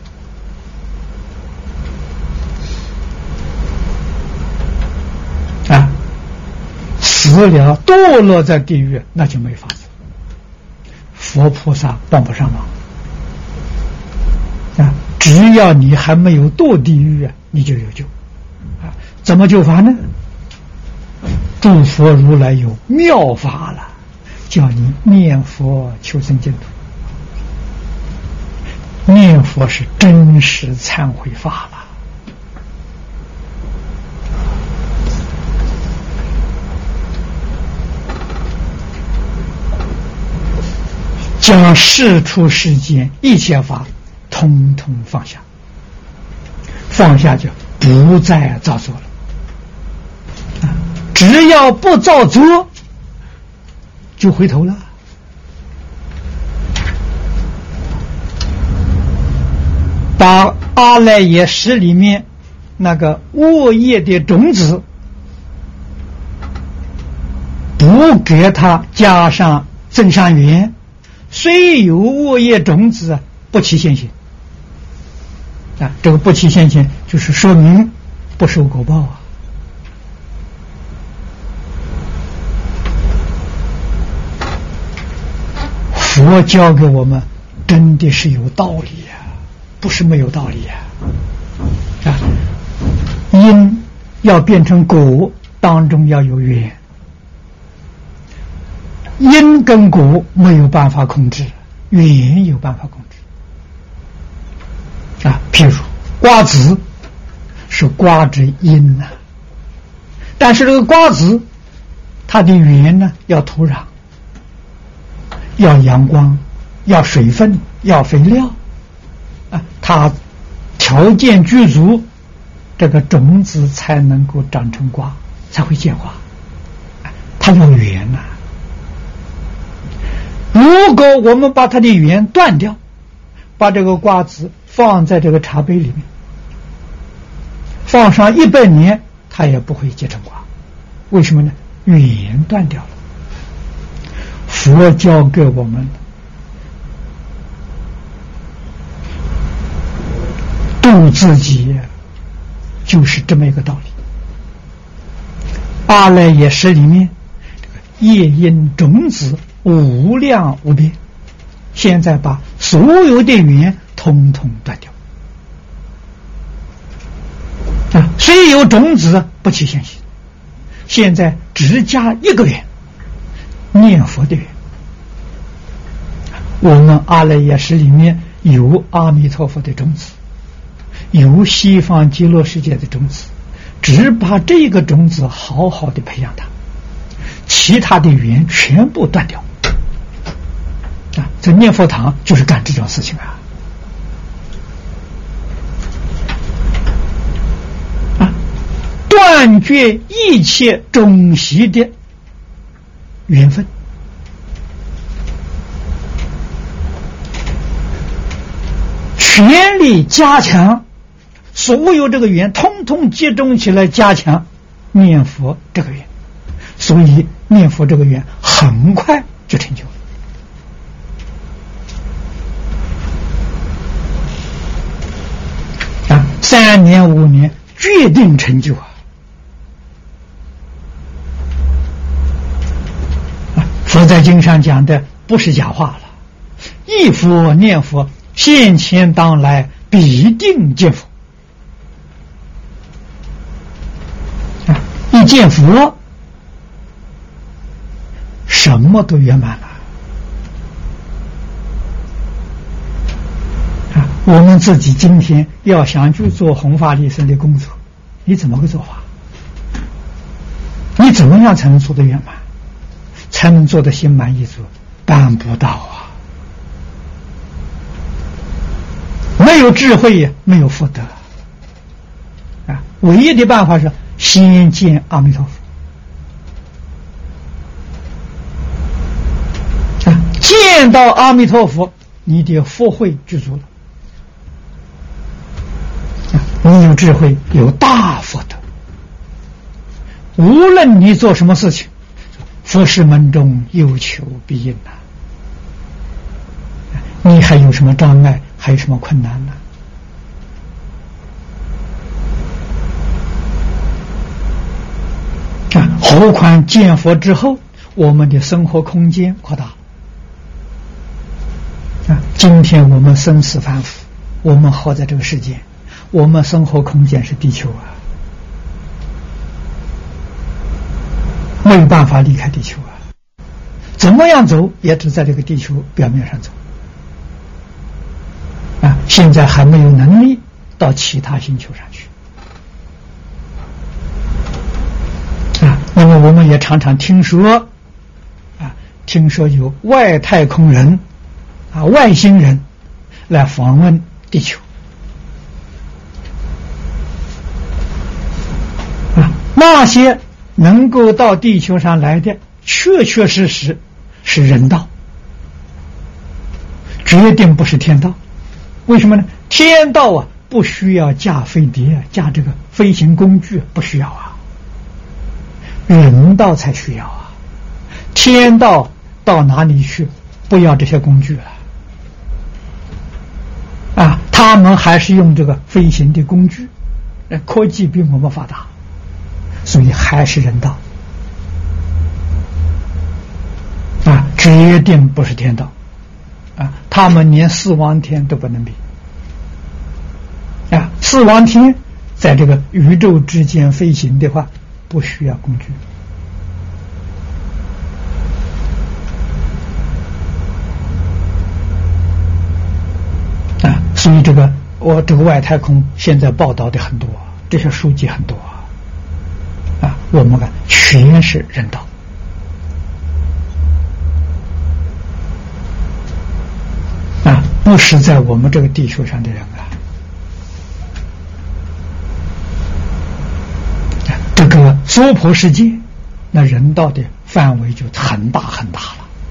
啊，死了堕落在地狱，那就没法子，佛菩萨帮不上忙啊！只要你还没有堕地狱啊，你你就有救啊！怎么救法呢？诸佛如来有妙法了，叫你念佛求生净土。念佛是真实忏悔法了。将世出世间一切法通通放下，放下就不再造作了。只要不造作，就回头了。把阿赖耶识里面那个恶业的种子，不给它加上增上缘，虽有恶业种子，不起现行啊。这个不起现行，就是说明不受果报啊。佛教给我们真的是有道理呀、啊，不是没有道理呀、啊。啊，因要变成果，当中要有缘。因跟果没有办法控制，缘有办法控制。啊，譬如瓜子是瓜之因呐、啊，但是这个瓜子它的缘呢，要土壤，要阳光，要水分，要肥料，啊，它条件具足，这个种子才能够长成瓜，才会结花。它有缘呐、啊。如果我们把它的缘断掉，把这个瓜子放在这个茶杯里面，放上一百年，它也不会结成瓜。为什么呢？缘断掉了。佛教给我们度自己，就是这么一个道理。阿赖耶识里面，业因种子无量无边，现在把所有的缘统统断掉啊！虽有种子不起现行，现在只加一个缘，念佛的缘。我们阿赖耶识里面有阿弥陀佛的种子，有西方极乐世界的种子，只把这个种子好好的培养它，其他的缘全部断掉。啊，这念佛堂就是干这种事情啊！啊，断绝一切种习的缘分，全力加强所有这个缘，通通集中起来加强念佛这个缘，所以念佛这个缘很快就成就了。三年五年决定成就啊！佛在经上讲的不是假话了，一佛念佛，现前当来必定见佛啊！一见佛，什么都圆满了。我们自己今天要想去做弘法利生的工作，你怎么个做法？你怎么样才能做得圆满，才能做得心满意足？办不到啊！没有智慧，没有福德啊！唯一的办法是先见阿弥陀佛啊！见到阿弥陀佛，你的福慧具足了。你有智慧，有大福德，无论你做什么事情，佛事门中有求必应呐、啊。你还有什么障碍，还有什么困难呢？啊，何况见佛之后，我们的生活空间扩大了。啊，今天我们生死凡夫，我们活在这个世界。 我们生活空间是地球啊，没有办法离开地球啊，怎么样走也只在这个地球表面上走啊，现在还没有能力到其他星球上去啊。那么我们也常常听说啊，听说有外太空人啊，外星人来访问地球啊，那些能够到地球上来的，确确实实是人道，决定不是天道。为什么呢？天道啊，不需要驾飞碟，驾这个飞行工具，不需要啊，人道才需要啊。天道到哪里去？不要这些工具了啊，他们还是用这个飞行的工具，科技比我们发达，所以还是人道啊，决定不是天道啊，他们连四王天都不能比啊，四王天在这个宇宙之间飞行的话，不需要工具啊，所以这个我这个外太空现在报道的很多，这些书籍很多啊，我们看全是人道啊，不是在我们这个地球上的人啊。这个娑婆世界，那人道的范围就很大很大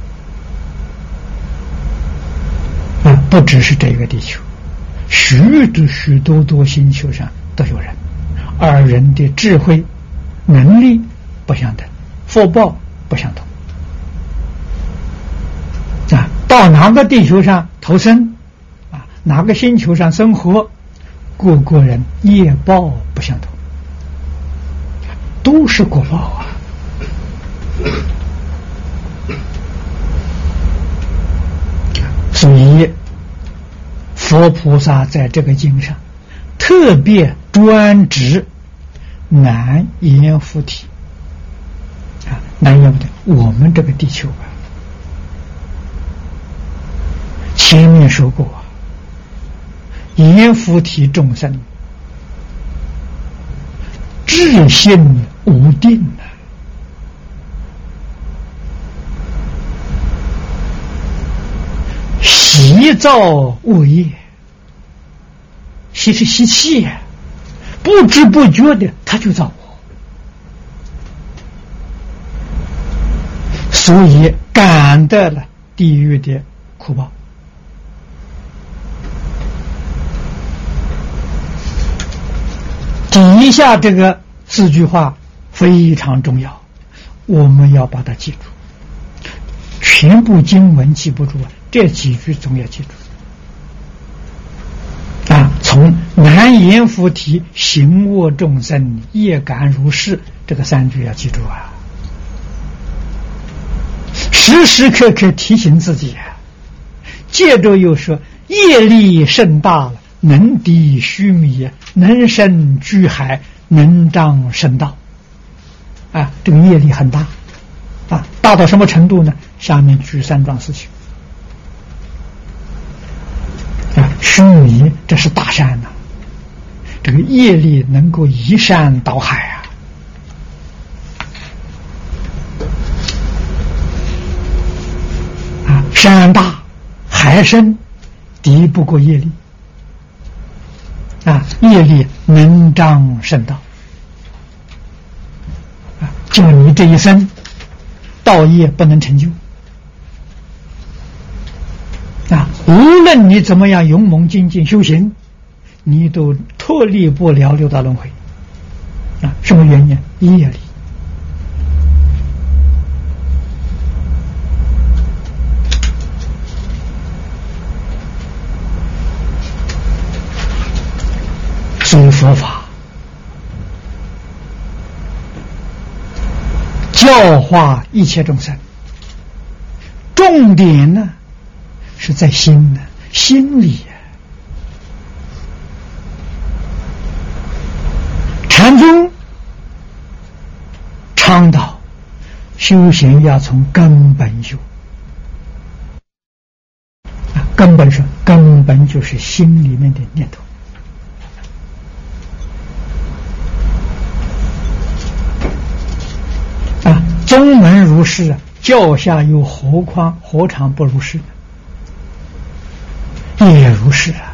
了啊，不只是这个地球，许多许多多星球上都有人，而人的智慧能力不相等，福报不相同啊，到哪个地球上投生啊，哪个星球上生活，各个人业报不相同，都是果报啊。所以佛菩萨在这个经上特别专指南阎浮提啊，南阎浮提我们这个地球啊，前面说过啊，阎浮提众生智心无定啊，习造恶业，习是习气呀，不知不觉的他就造我，所以感得了地狱的苦报。底下这个四句话非常重要，我们要把它记住，全部经文记不住啊，这几句总要记住啊。从南阎浮提行恶众生业感如是，这个三句要记住啊，时时刻刻提醒自己啊。接着又说业力甚大了，能抵须弥，能生居海，能障圣道啊，这个业力很大啊，大到什么程度呢？下面举三桩事情啊，须弥这是大山呐、啊，这个业力能够移山倒海啊，啊，山大海深，敌不过业力啊，业力能障圣道啊，就你这一生道业不能成就啊，无论你怎么样勇猛精进修行，你都脱离不了六道轮回啊！什么原因？业力。所以佛法教化一切众生，重点呢是在心呢，心里倡导修行要从根本修。根本是根本就是心里面的念头。啊，宗门如是，教下又何况何尝不如是呢？也如是啊。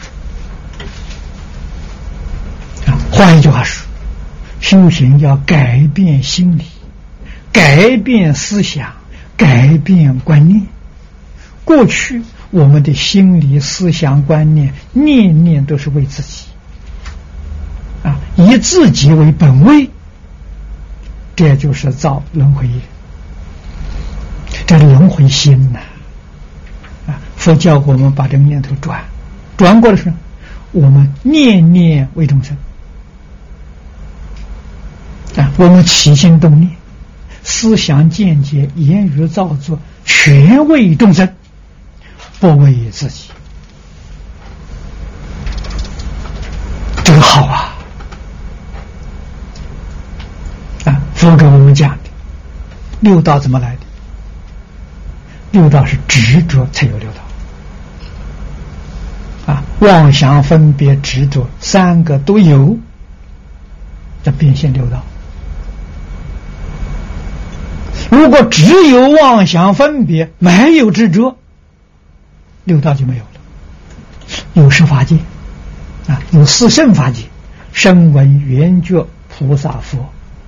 啊，换一句话说，修行要改变心理，改变思想，改变观念。过去我们的心理思想观念念念都是为自己啊，以自己为本位，这就是造轮回业。这轮回心呐、啊，啊，佛教我们把这个念头转转过来是，我们念念为众生啊，我们起心动念、思想见解、言语造作，全为众生，不为自己。这个好啊！啊，佛给我们讲的六道怎么来的？六道是执着才有六道啊，妄想、分别、执着三个都有，这变现六道。如果只有妄想、分别，没有执着，六道就没有了。有十法界啊，有四圣法界，声闻、缘觉、菩萨、佛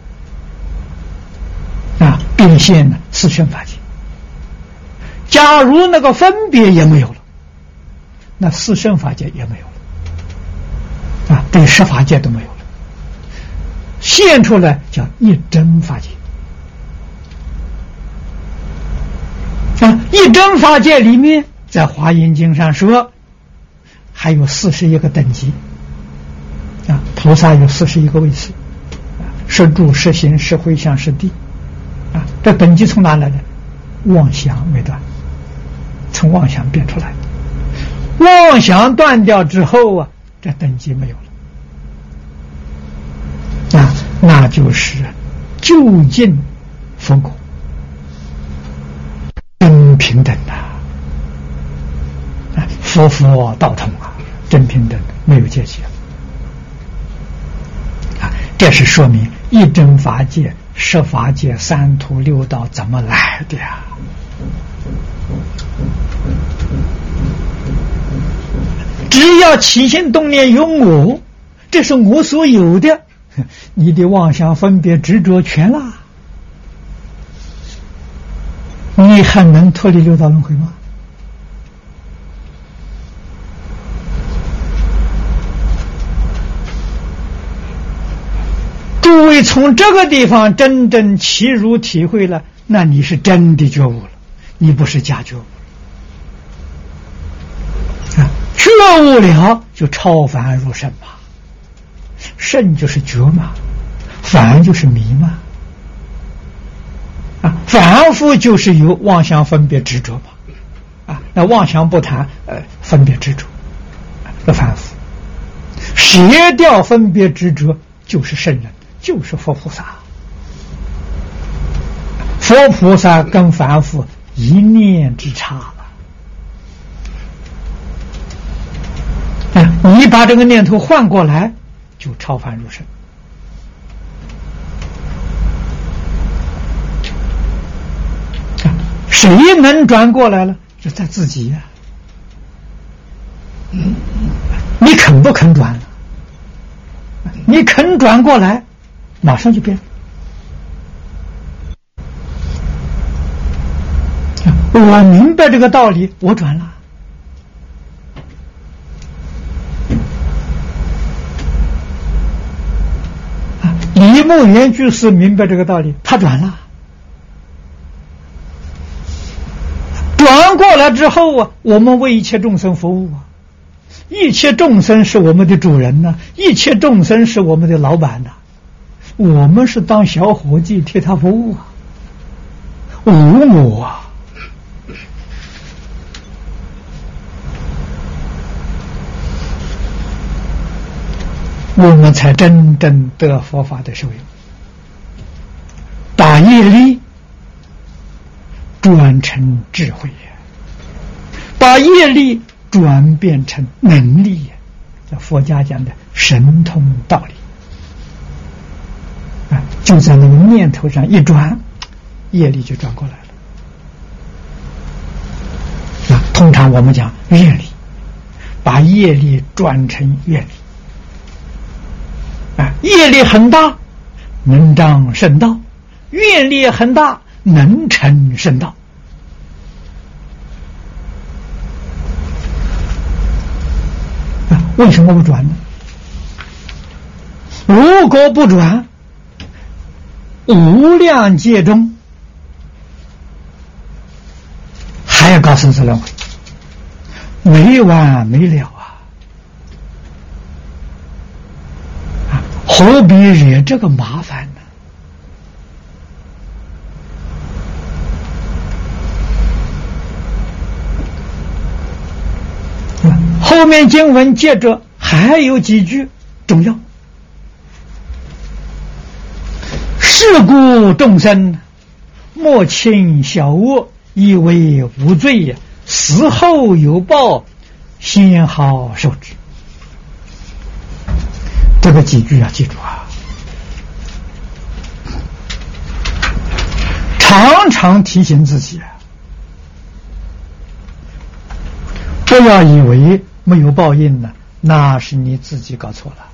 啊，变现了四圣法界。假如那个分别也没有了，那四圣法界也没有了啊，对十法界都没有了，现出来叫一真法界啊。一真法界里面，在华严经上说还有四十一个等级啊，菩萨有四十一个位次啊，是住、是行、是回向、是地啊，这等级从哪来的？妄想没断，从妄想变出来的。妄想断掉之后啊，这等级没有了啊，那就是究竟佛果，真平等啊！啊，佛佛道同啊，真平等，没有阶级啊！这是说明一真法界、十法界、三途六道怎么来的呀？只要起心动念有我，这是我所有的，你的妄想、分别、执着全了，你还能脱离六道轮回吗？诸位从这个地方真正契入体会了，那你是真的觉悟了，你不是假觉悟啊！觉悟了就超凡入圣嘛，圣就是觉嘛，凡就是迷嘛啊，凡夫就是有妄想、分别、执着嘛啊，那妄想不谈，呃，分别执着，这凡夫，舍掉分别执着就是圣人，就是佛菩萨。佛菩萨跟凡夫一念之差了。啊，你把这个念头换过来，就超凡入圣。啊，谁能转过来了？就在自己呀、啊。你肯不肯转了？你肯转过来，马上就变。我明白这个道理，我转了。啊，李牧原居士明白这个道理，他转了。转过来之后啊，我们为一切众生服务啊，一切众生是我们的主人呢、啊，一切众生是我们的老板呢、啊，我们是当小伙计替他服务啊，无我啊。我们才真正得佛法的受用把业力转成智慧，把业力转变成能力，这佛家讲的神通道理啊，就在那个念头上一转，业力就转过来了啊。通常我们讲愿力，把业力转成愿力啊，业力很大，能彰圣道；愿力很大，能成圣道。啊，为什么不转呢？如果不转，无量劫中还要搞生死轮回，没完没了啊！啊，何必惹这个麻烦呢？啊，后面经文接着还有几句重要。是故众生莫轻小恶，以为无罪呀，死后有报，先好受之。这个几句要记住啊，常常提醒自己，不要以为没有报应呢，那是你自己搞错了。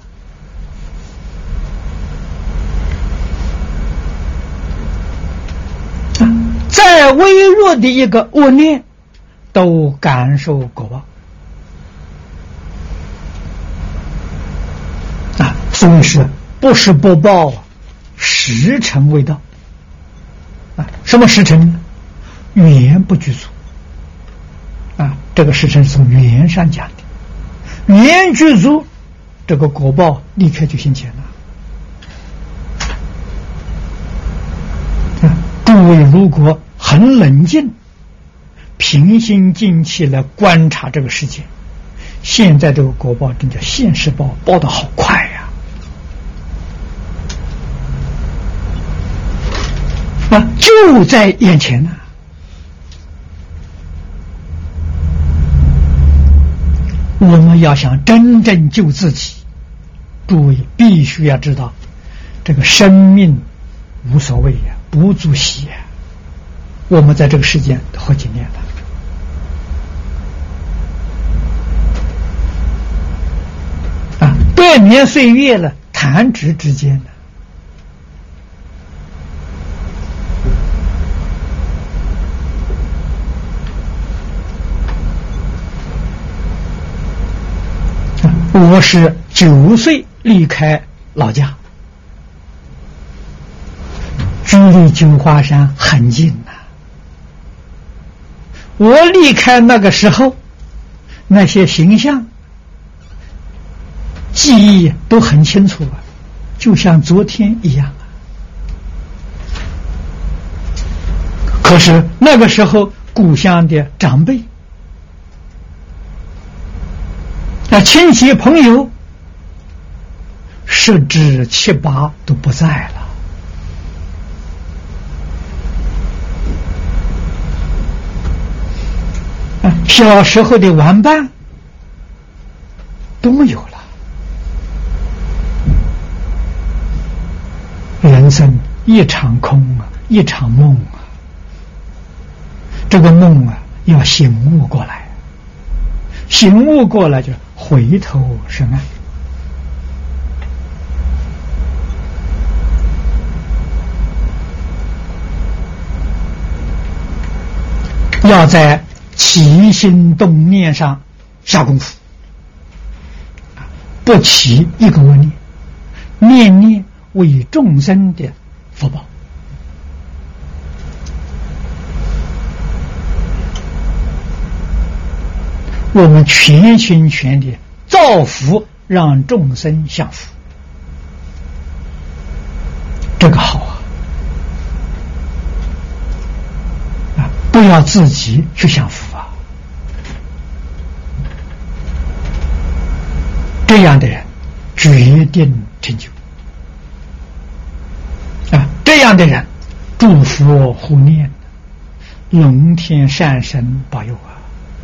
再微弱的一个恶念，都感受果报啊！所以是不是不报，时辰未到啊？什么时辰呢？缘不具足啊！这个时辰是从缘上讲的，缘具足，这个果报立刻就现前了。诸位如果很冷静、平心静气来观察这个世界，现在这个果报真叫现世报，报得好快呀！啊，就在眼前呢、啊。我们要想真正救自己，诸位必须要知道，这个生命无所谓呀、啊。不足惜呀！我们在这个世间好几年了啊，百年岁月了，弹指之间了。我是九岁离开老家。距离九华山很近呐、啊，我离开那个时候，那些形象、记忆都很清楚啊，就像昨天一样啊。可是那个时候，故乡的长辈、那亲戚朋友，十之七八都不在了。小时候的玩伴都没有了，人生一场空啊，一场梦啊。这个梦啊，要醒悟过来，醒悟过来就回头是岸。要在起心动念上下功夫，不起一个恶念，念念为众生的福报。我们全心全力造福，让众生享福，这个好啊！啊，不要自己去享福啊！这样的人决定成就啊！这样的人祝福护念，龙天善神保佑啊！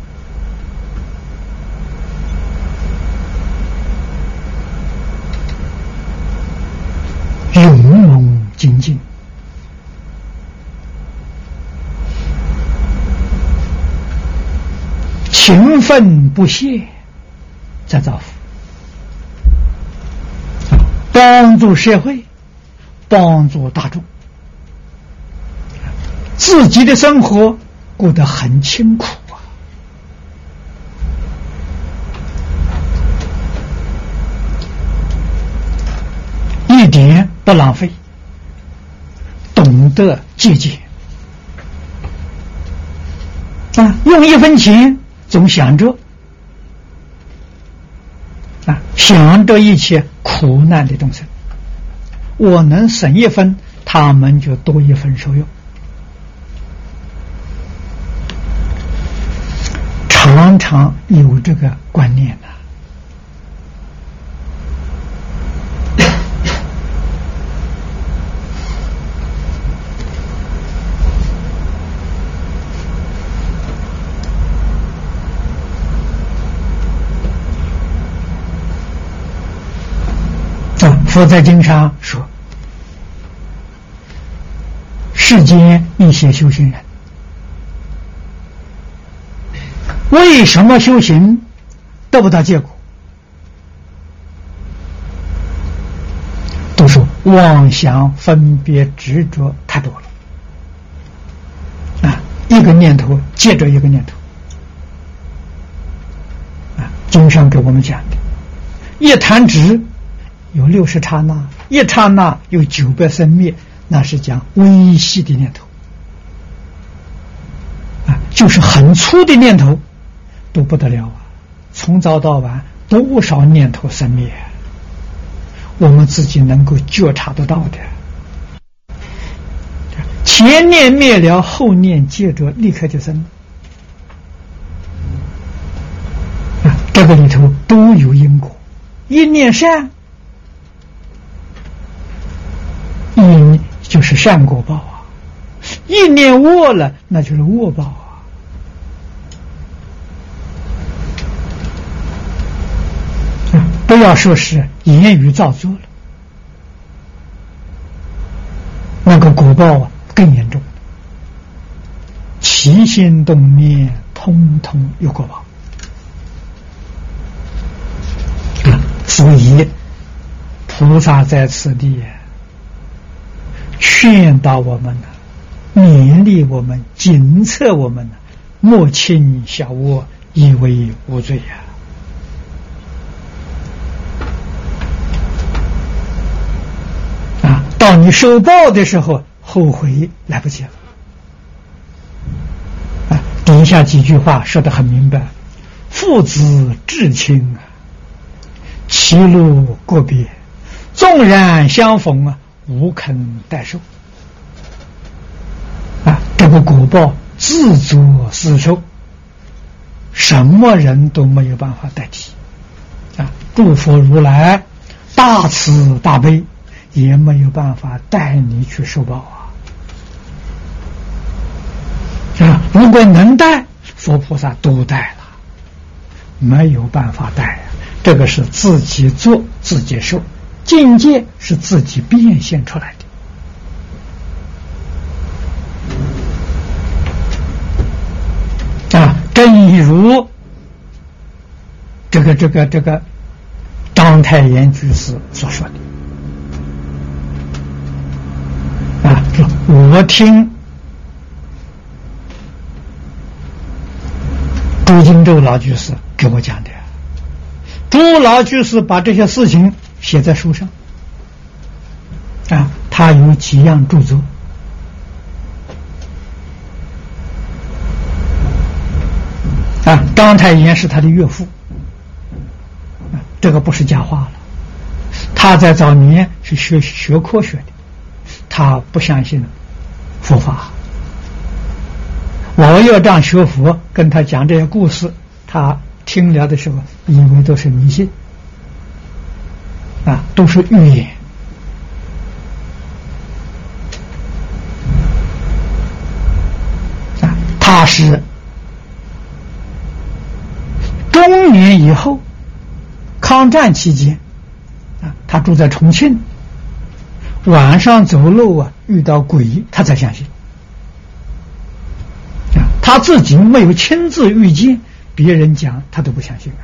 勇猛精进，勤奋不懈，在造福，帮助社会，帮助大众，自己的生活过得很清苦啊，一点不浪费，懂得节俭啊，用一分钱总想着啊，想着一切苦难的众生，我能省一分，他们就多一分受用。常常有这个观念呢、啊。佛在经上说，世间一些修行人为什么修行得不到结果？都是妄想分别执着太多了啊！一个念头接着一个念头啊！经上给我们讲的，一弹指有六十刹那，一刹那有九百生灭，那是讲微细的念头啊，就是很粗的念头。都不得了啊！从早到晚，多少念头生灭，我们自己能够觉察得到的。前念灭了，后念接着立刻就生啊！这个里头都有因果，一念善，一就是善果报啊；一念恶了，那就是恶报啊。不要说是言语造作了，那个果报啊更严重，起心动念通通有果报。所以菩萨在此地劝导我们呢，勉励我们，警策我们呢，莫轻小我，以为无罪呀、啊！到你受报的时候，后悔来不及了。啊，底下几句话说得很明白：父子至亲啊，其路各别，纵然相逢啊，无肯代受。啊，这个果报自作自受，什么人都没有办法代替。啊，诸佛如来大慈大悲，也没有办法带你去受报啊！啊，如果能带，佛菩萨都带了，没有办法带啊！这个是自己做自己受，境界是自己变现出来的啊！正如这个这个这个章太炎居士所说的啊，我听朱金洲老居士给我讲的，朱老居士把这些事情写在书上啊，他有几样著作啊，章太炎是他的岳父啊，这个不是假话了。他在早年是学学科学的，他不相信佛法。我要这样学佛，跟他讲这些故事，他听了的时候以为都是迷信啊，都是预言大师中年以后，抗战期间啊，他住在重庆，晚上走路啊遇到鬼，他才相信。啊，他自己没有亲自遇见，别人讲他都不相信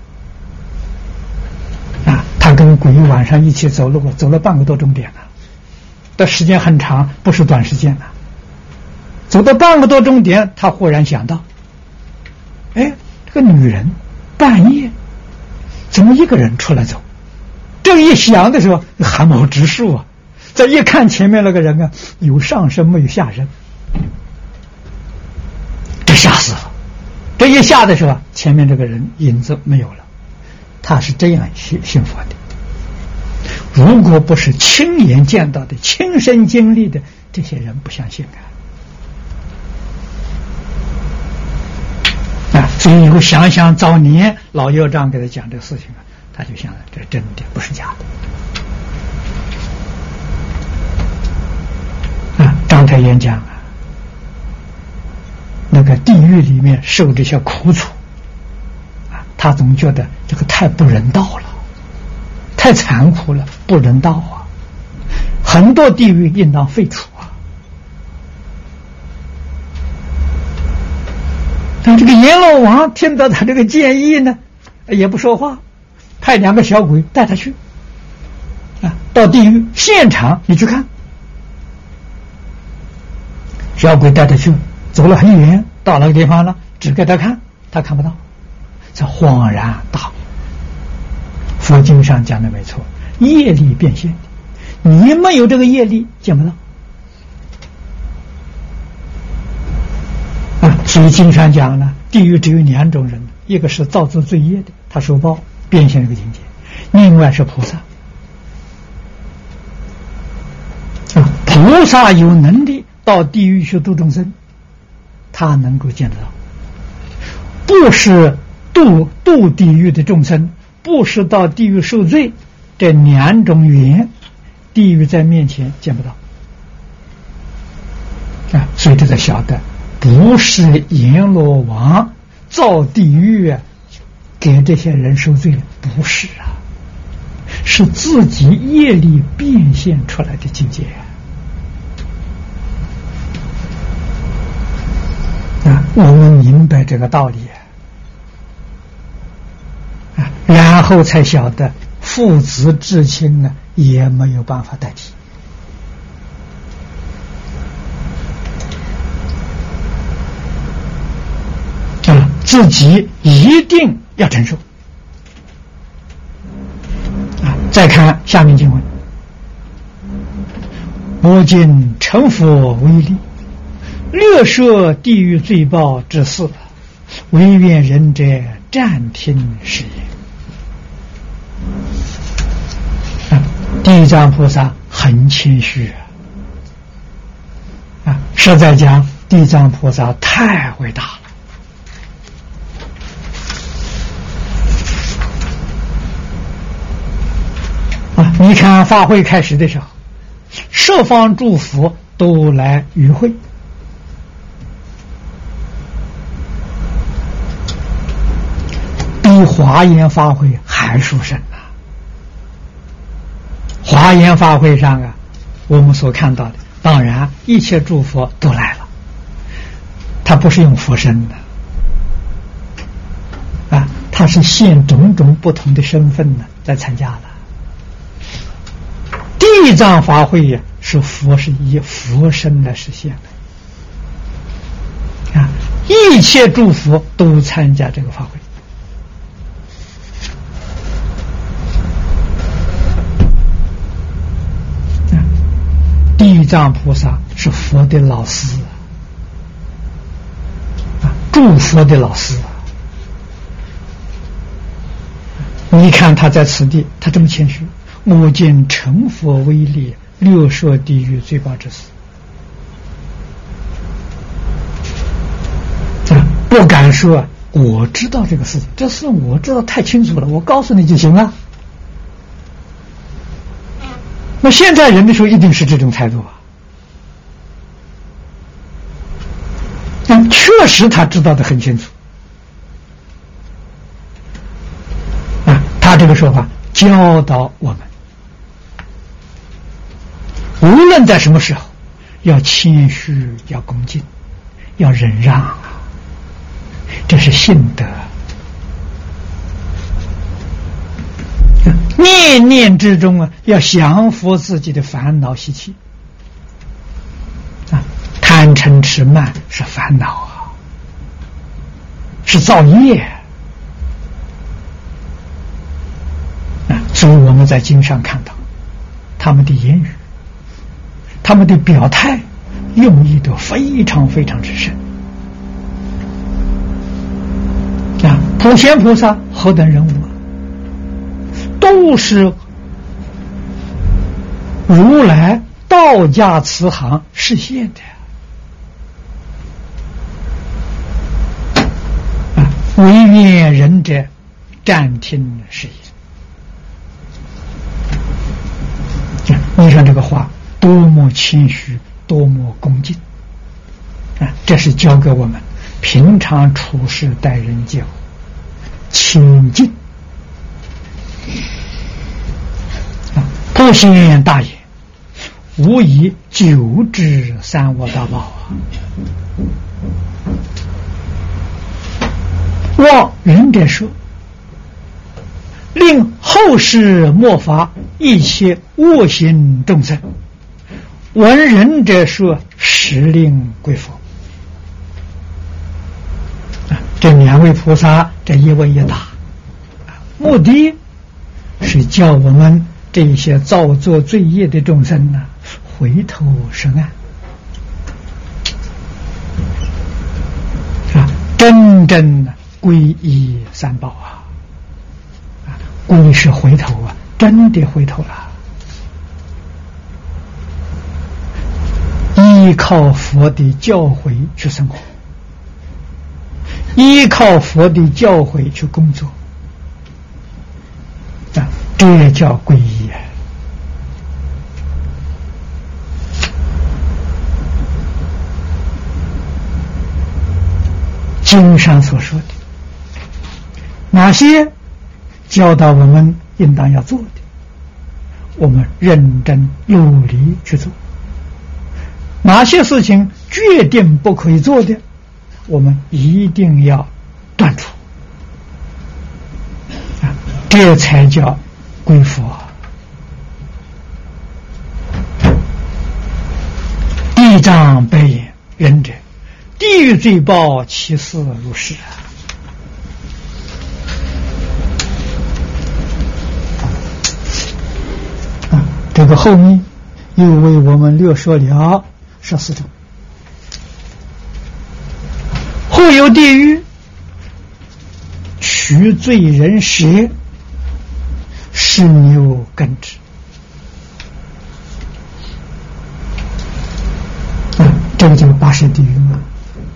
啊。啊，他跟鬼晚上一起走路，走了半个多钟点了，的时间很长，不是短时间了。走到半个多钟点，他忽然想到，哎，这个女人半夜怎么一个人出来走？这一想的时候，汗毛直竖啊！再一看前面那个人啊，有上身没有下身，这吓死了。这一下的时候，前面这个人影子没有了。他是这样信信佛的。如果不是亲眼见到的、亲身经历的，这些人不相信啊！啊，所以以后想想早年老药丈给他讲这个事情啊，他就想了，这是真的，不是假的。啊，章太炎讲啊，那个地狱里面受这些苦楚啊，他总觉得这个太不人道了，太残酷了，不人道啊！很多地狱应当废除啊。但这个阎罗王听到他这个建议呢，也不说话，派两个小鬼带他去啊，到地狱现场你去看。小鬼带他去，走了很远，到那个地方了，指给他看，他看不到，才恍然大悟。佛经上讲的没错，业力变现的，你没有这个业力见不到啊。所以经上讲呢，地狱只有两种人，一个是造作罪业的，他受报变现这个境界；另外是菩萨啊，菩萨有能力到地狱去度众生，他能够见得到，不是度度地狱的众生，不是到地狱受罪，这两种缘，地狱在面前见不到啊。所以这才晓得，不是阎罗王造地狱啊，给这些人受罪，不是啊，是自己业力变现出来的境界啊。啊，我们明白这个道理啊，然后才晓得父子至亲呢也没有办法代替啊，自己一定要承受啊。再看下面经文：我今成佛为力，略摄地狱罪报之事，唯愿仁者暂听是言。啊，地藏菩萨很谦虚啊，啊，实在讲，地藏菩萨太伟大了啊！你看法会开始的时候，十方诸佛都来与会。比华严法会还殊胜啊！华严法会上啊，我们所看到的，当然一切诸佛都来了，他不是用佛身的啊，他是现种种不同的身份呢来参加的。地藏法会呀，是佛是以佛身来实现的啊，一切诸佛都参加这个法会。地藏菩萨是佛的老师啊，诸佛的老师啊。你看他在此地，他这么谦虚，我今成佛威力，略摄地狱罪报之事啊，不敢说我知道这个事情，这事我知道太清楚了，我告诉你就行了。那现在人的时候一定是这种态度啊，但确么事他知道得很清楚啊。他这个说法教导我们，无论在什么时候，要谦虚，要恭敬，要忍让啊，这是信德。念念之中啊，要降服自己的烦恼习气啊，贪嗔痴慢是烦恼啊，是造业啊。所以我们在经上看到他们的言语，他们的表态用意都非常非常之深啊。普贤菩萨何等人物啊，都是如来道家慈航实现的啊，唯愿仁者暂听是也。你看这个话多么谦虚，多么恭敬啊！这是教给我们平常处事待人接物清净啊！不显大也，无以久之三恶大报啊！望仁者说，令后世莫罚一切恶行众生。闻仁者说，实令归佛。啊，这两位菩萨这一问一答，目的是叫我们这些造作罪业的众生呢，回头是岸啊，真正皈依三宝啊，啊，皈是回头啊，真的回头了。依靠佛的教诲去生活，依靠佛的教诲去工作啊，这也叫皈依啊。经上所说的哪些教导我们应当要做的，我们认真努力去做；哪些事情决定不可以做的，我们一定要断除啊，这才叫归佛。地藏白言仁者，地狱罪报其事如是啊！这个后面又为我们略说了十四种。或有地狱，取罪人蛇，是牛根之。啊，这个就是八十地狱嘛。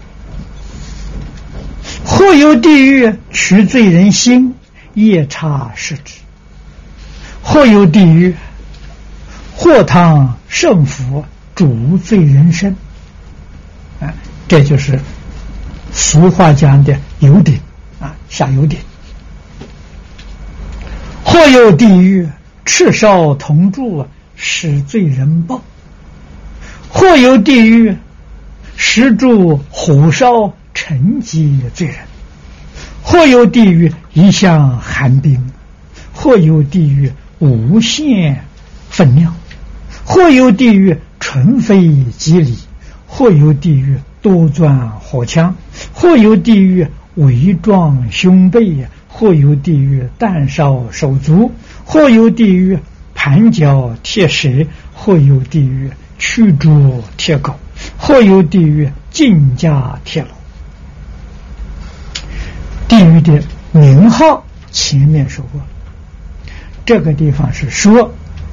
或有地狱，取罪人心，夜叉是之。或有地狱，或汤圣福，主罪人身。啊，这就是俗话讲的油顶啊，下油顶。或有地狱，赤烧铜柱，使罪人报。或有地狱，石柱火烧，沉积罪人。或有地狱，一向寒冰。或有地狱，无限粪尿。或有地狱，纯非吉理。或有地狱，多钻火枪。或有地狱，伪装胸背。或有地狱，弹烧手足。或有地狱，盘脚铁蛇。或有地狱，驱逐铁狗。或有地狱，进加铁笼。地狱的名号前面说过了，这个地方是说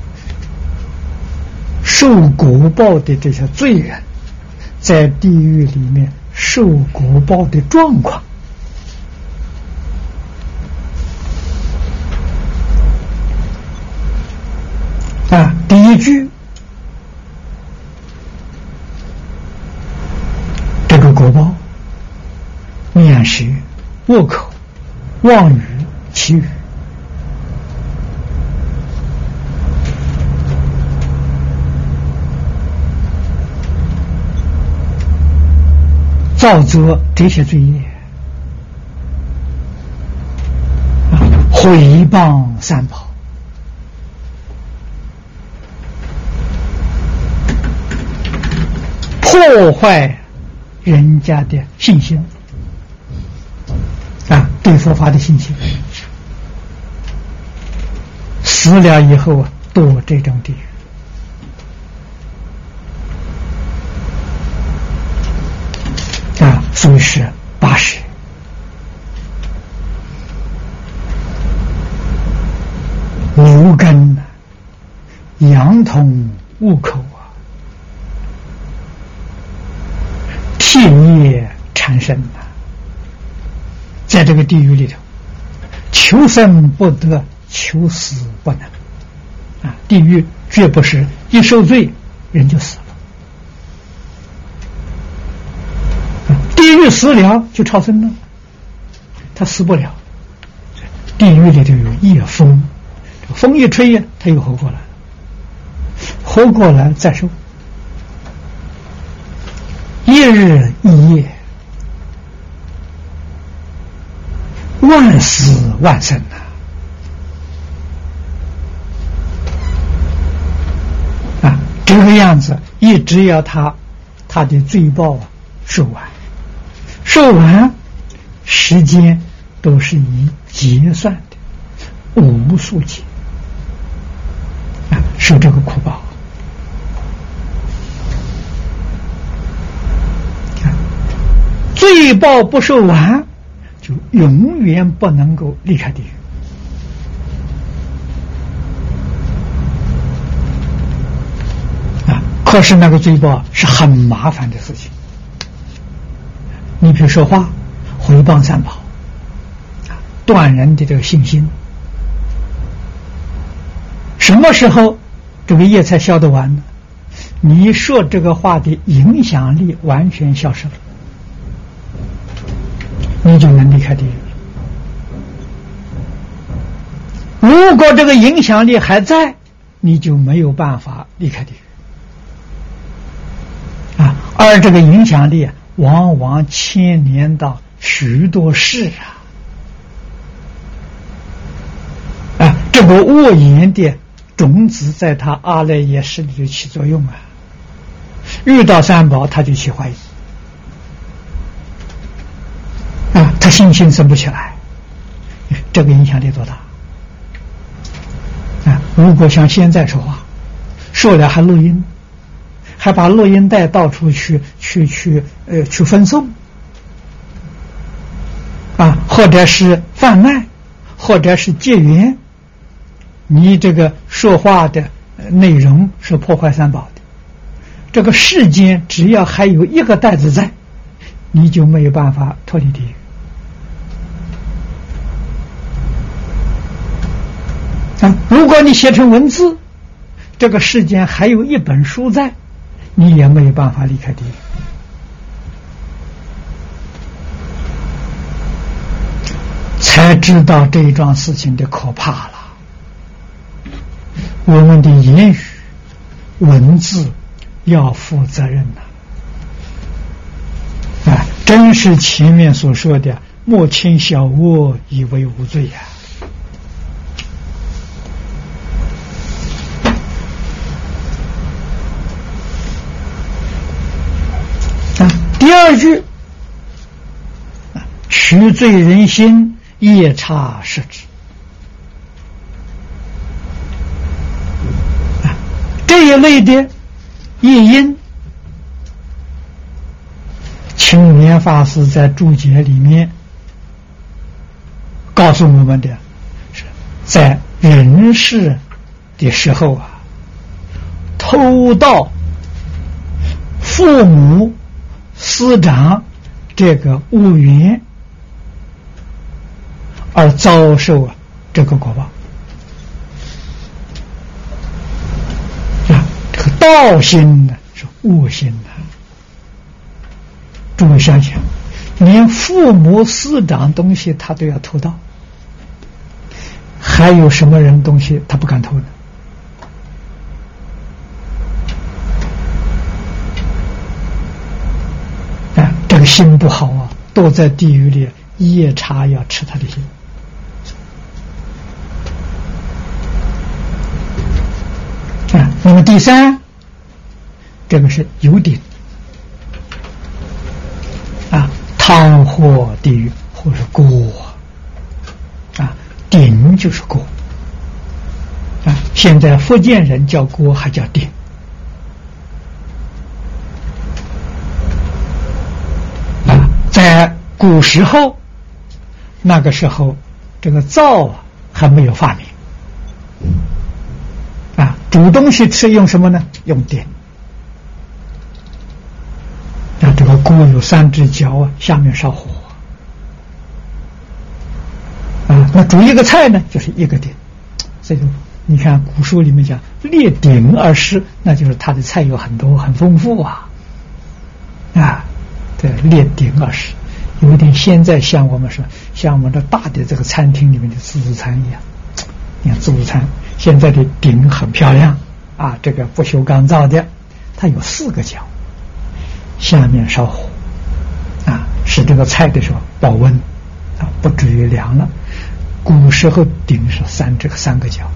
受果报的这些罪人在地狱里面受果报的状况。啊，第一句这个果报舌、恶口、妄语、绮语。造作这些罪业，毁谤三宝，破坏人家的信心啊，对佛法的信心，死了以后啊，堕这种地狱。啊，所以是八十。牛根、羊筒、误口啊，天业缠身呐，在这个地狱里头，求生不得，求死不能啊！地狱绝不是一受罪人就死了。地狱死了就超生了，他死不了。地狱里头有夜风，风一吹呀，他又活过来了，活过来再受，一日一夜，万死万生啊！啊，这个样子一直要他他的罪报啊受完。受完时间都是以结算的，无数劫啊，受这个苦报啊，罪报不受完，就永远不能够离开地狱啊。可是那个罪报是很麻烦的事情。你比如说话，毁谤三宝，断人的这个信心，什么时候这个业才消得完呢？你说这个话的影响力完全消失了，你就能离开地狱了。如果这个影响力还在，你就没有办法离开地狱啊。而这个影响力啊，往往牵连到许多事啊，啊，这个恶言的种子在他阿赖耶识里就起作用啊，遇到三宝他就起怀疑啊，他信心生不起来，这个影响力多大啊！如果像现在说话，说了还录音，还把录音带到处去去去呃去分送啊，或者是贩卖，或者是结缘，你这个说话的内容是破坏三宝的，这个世间只要还有一个袋子在，你就没有办法脱离地狱啊！如果你写成文字，这个世间还有一本书在，你也没有办法离开地狱。才知道这一桩事情的可怕了。我们的言语文字要负责任呐、啊！啊，真是前面所说的莫轻小恶以为无罪呀、啊！啊，第二句，取罪人心，夜叉摄之。这一类的业因，青莲法师在注解里面告诉我们的是，在人世的时候啊，偷盗父母师长这个恶缘而遭受啊这个果报啊，这个盗心呢是恶心呢。诸位想想， 连父母师长东西他都要偷盗，还有什么人东西他不敢偷呢？啊，这个心不好啊，都在地狱里夜叉要吃他的心。啊，那么第三，这个是有顶啊，汤或地狱或是锅啊，顶就是锅啊。现在福建人叫锅还叫顶啊。在古时候，那个时候这个灶啊还没有发明啊，煮东西是用什么呢？用鼎。啊，这个锅有三只脚啊，下面烧火啊。那煮一个菜呢，就是一个鼎。所以你看古书里面讲列鼎而食，那就是他的菜有很多，很丰富啊。啊，对，列鼎而食，有一点现在像我们说，像我们的大的这个餐厅里面的自助餐一样。你看自助餐现在的鼎很漂亮啊，这个不锈钢造的，它有四个角。下面烧火啊，使这个菜的时候保温啊，不至于凉了。古时候鼎是三这个三个角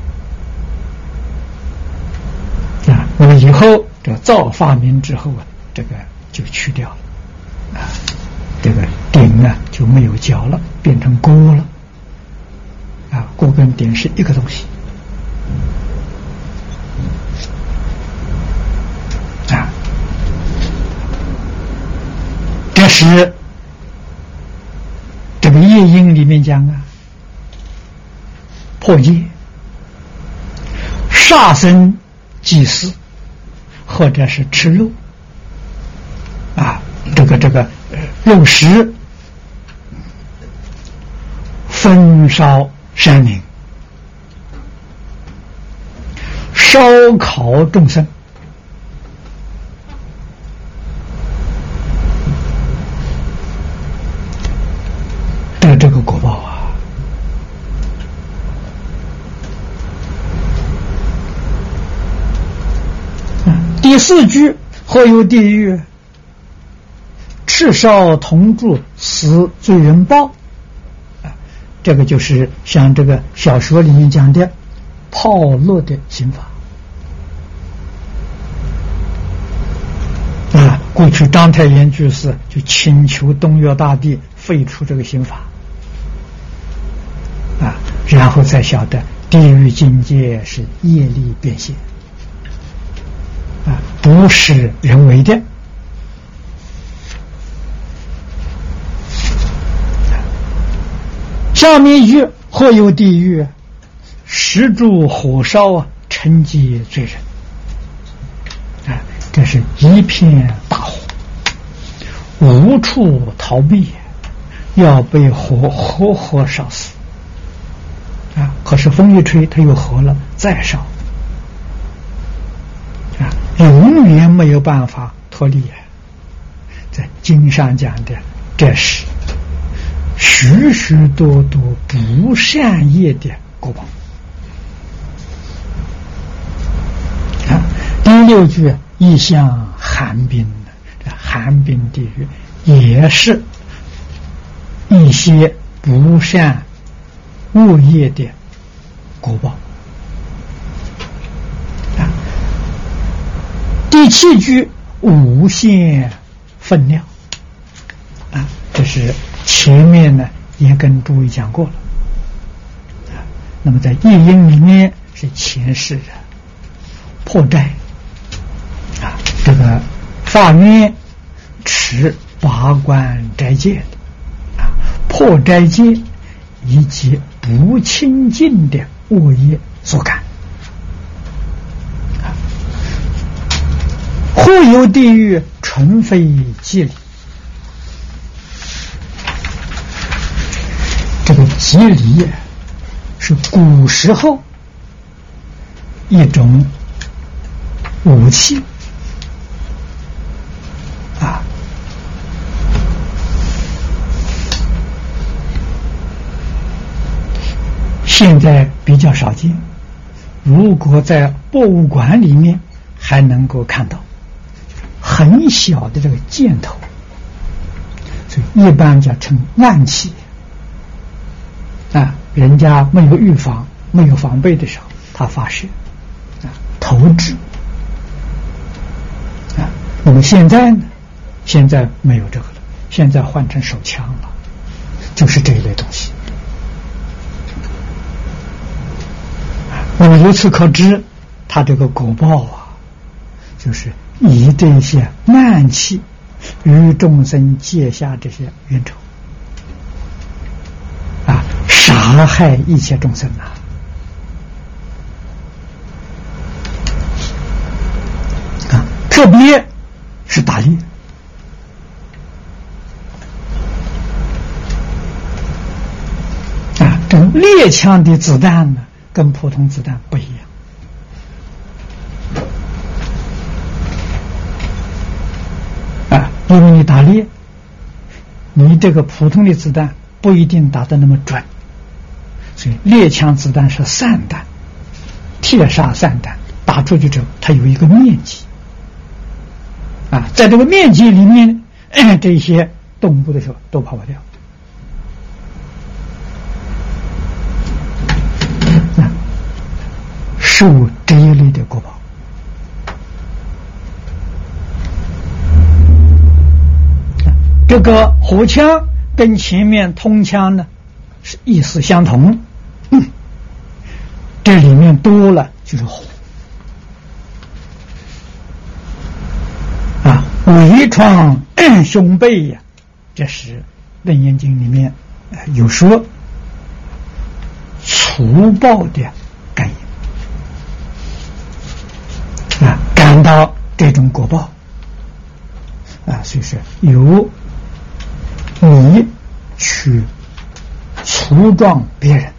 啊，那么以后这个灶发明之后啊，这个就去掉了啊，这个鼎呢就没有角了，变成锅了啊，锅跟鼎是一个东西啊。这是这个夜莺里面讲啊，破戒、杀生、祭祀，或者是吃肉啊，这个这个肉食，焚烧山林，烧烤众生。得这个果报啊！第四句或有地狱，赤烧铜柱，死罪人报啊，这个就是像这个小说里面讲的炮烙的刑法啊。过去章太炎居士就请求东岳大帝废除这个刑法啊，然后才晓得地狱境界是业力变现啊，不是人为的。下面一句或有地狱，石柱火烧啊，沉积罪人啊，这是一片大火，无处逃避，要被火活活烧死啊！可是风一吹，它又活了，再烧啊，永远没有办法脱离。在经上讲的，这是许许多多不善业的果报啊。第六句一向寒冰，这寒冰地狱也是一些不善恶业的果报啊。第七句无限分量啊，这是前面呢也跟诸位讲过了啊。那么在夜莺里面是前世人破斋啊，这个法院持八关斋戒的啊，破斋戒以及不清净的恶业所感啊。或有地狱，纯非机理。这个机理是古时候一种武器啊， 现在比较少见。如果在博物馆里面还能够看到很小的这个箭头，所以一般叫称暗器啊，人家没有预防、没有防备的时候，他发射啊，投掷啊。那么现在呢？现在没有这个了，现在换成手枪了，就是这一类东西。那么由此可知，他这个果报啊，就是以这些慢气与众生结下这些冤仇啊，杀害一切众生呐、啊！啊，特别是打猎啊，这猎枪的子弹呢，跟普通子弹不一样。啊，因为你打猎，你这个普通的子弹不一定打得那么准，所以猎枪子弹是散弹，铁砂散弹，打出去之后，它有一个面积。啊，在这个面积里面，呃、这些动物的时候都跑不掉。啊，受这一类的果报。这个火枪跟前面通枪呢是意思相同，嗯，这里面多了就是火啊，微创胸背呀、啊，这是《楞严经》里面有说除报的感应啊，感到这种果报啊，所以说有你去除撞别人，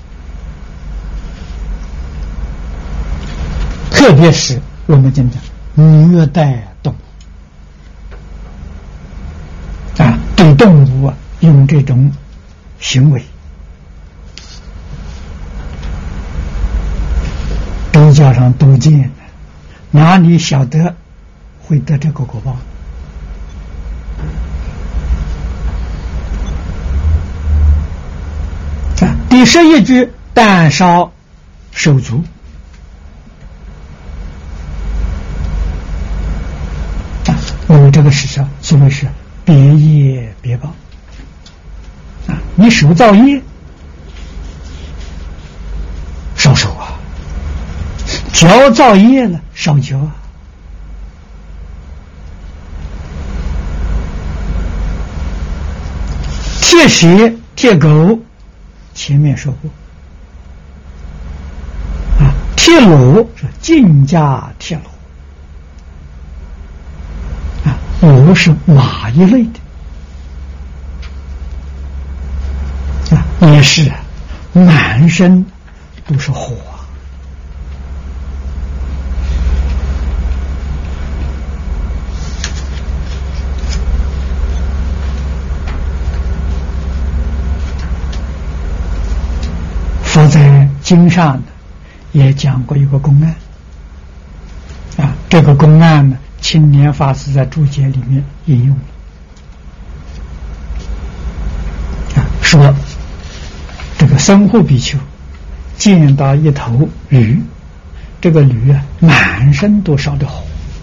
特别是我们讲讲虐待动物啊，对动物啊用这种行为，比较上多见，哪里晓得会得这个果报？第十一句，但烧手足啊，那么这个是什么？所谓是别业别报啊，你手造业烧手啊，脚造业呢烧脚啊。贴蛇贴狗前面说过啊，贴裸是竞价贴裸啊，裸是马一类的啊，也是满身都是火啊。佛在经上呢也讲过一个公案啊，这个公案呢，青年法师在注解里面引用啊，说这个僧护比丘见到一头驴，这个驴啊满身都烧着火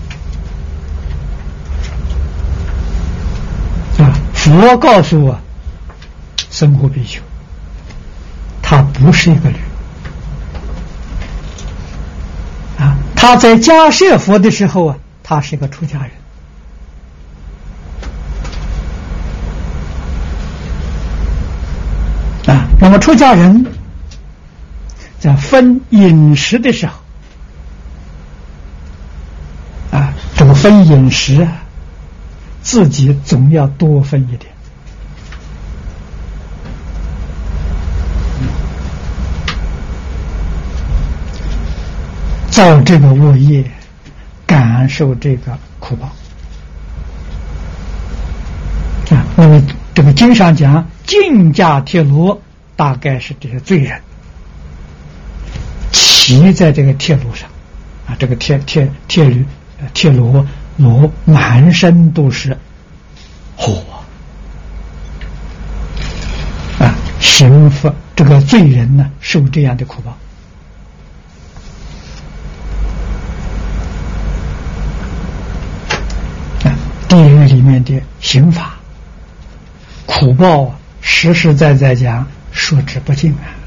啊，佛告诉我僧护比丘，他不是一个驴啊！他在迦叶佛的时候啊，他是一个出家人啊。那么出家人在分饮食的时候啊，这个分饮食啊，自己总要多分一点。造这个恶业，感受这个苦报啊。那么这个经上讲竞价贴罗，大概是这些罪人骑在这个铁路上，啊，这个铁铁铁驴铁路罗满身都是火啊，刑罚这个罪人呢受这样的苦报。啊，地狱里面的刑罚苦报啊，实实在在讲说之不尽啊。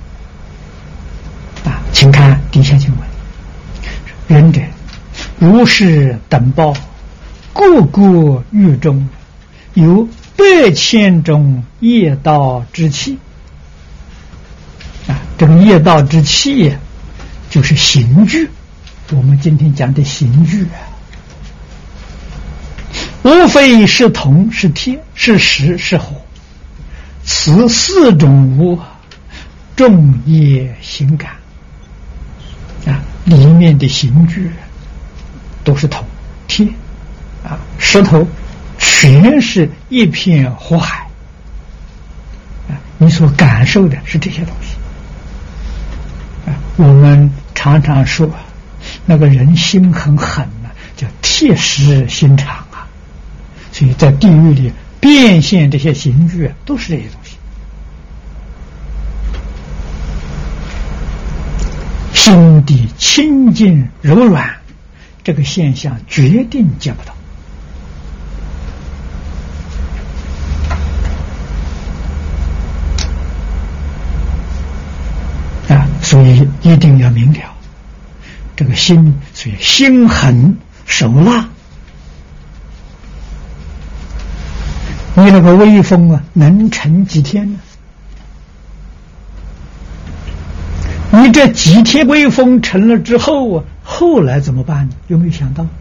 啊，请看底下经文：仁者如是等报，个个狱中有百千种业道之气。啊，这个业道之气就是刑具，我们今天讲的刑具啊，无非是铜是铁是石是火，此四种无众业行感啊，里面的刑具都是铜铁啊，石头全是一片火海啊，你所感受的是这些东西啊。我们常常说那个人心很狠啊，叫铁石心肠啊，所以在地狱里变现这些刑具啊，都是这些东西。心地清净柔软，这个现象决定见不到啊，所以一定要明了这个心，所以心狠手辣。你那个威风啊，能撑几天呢？你这几天威风成了之后啊，后来怎么办呢？有没有想到？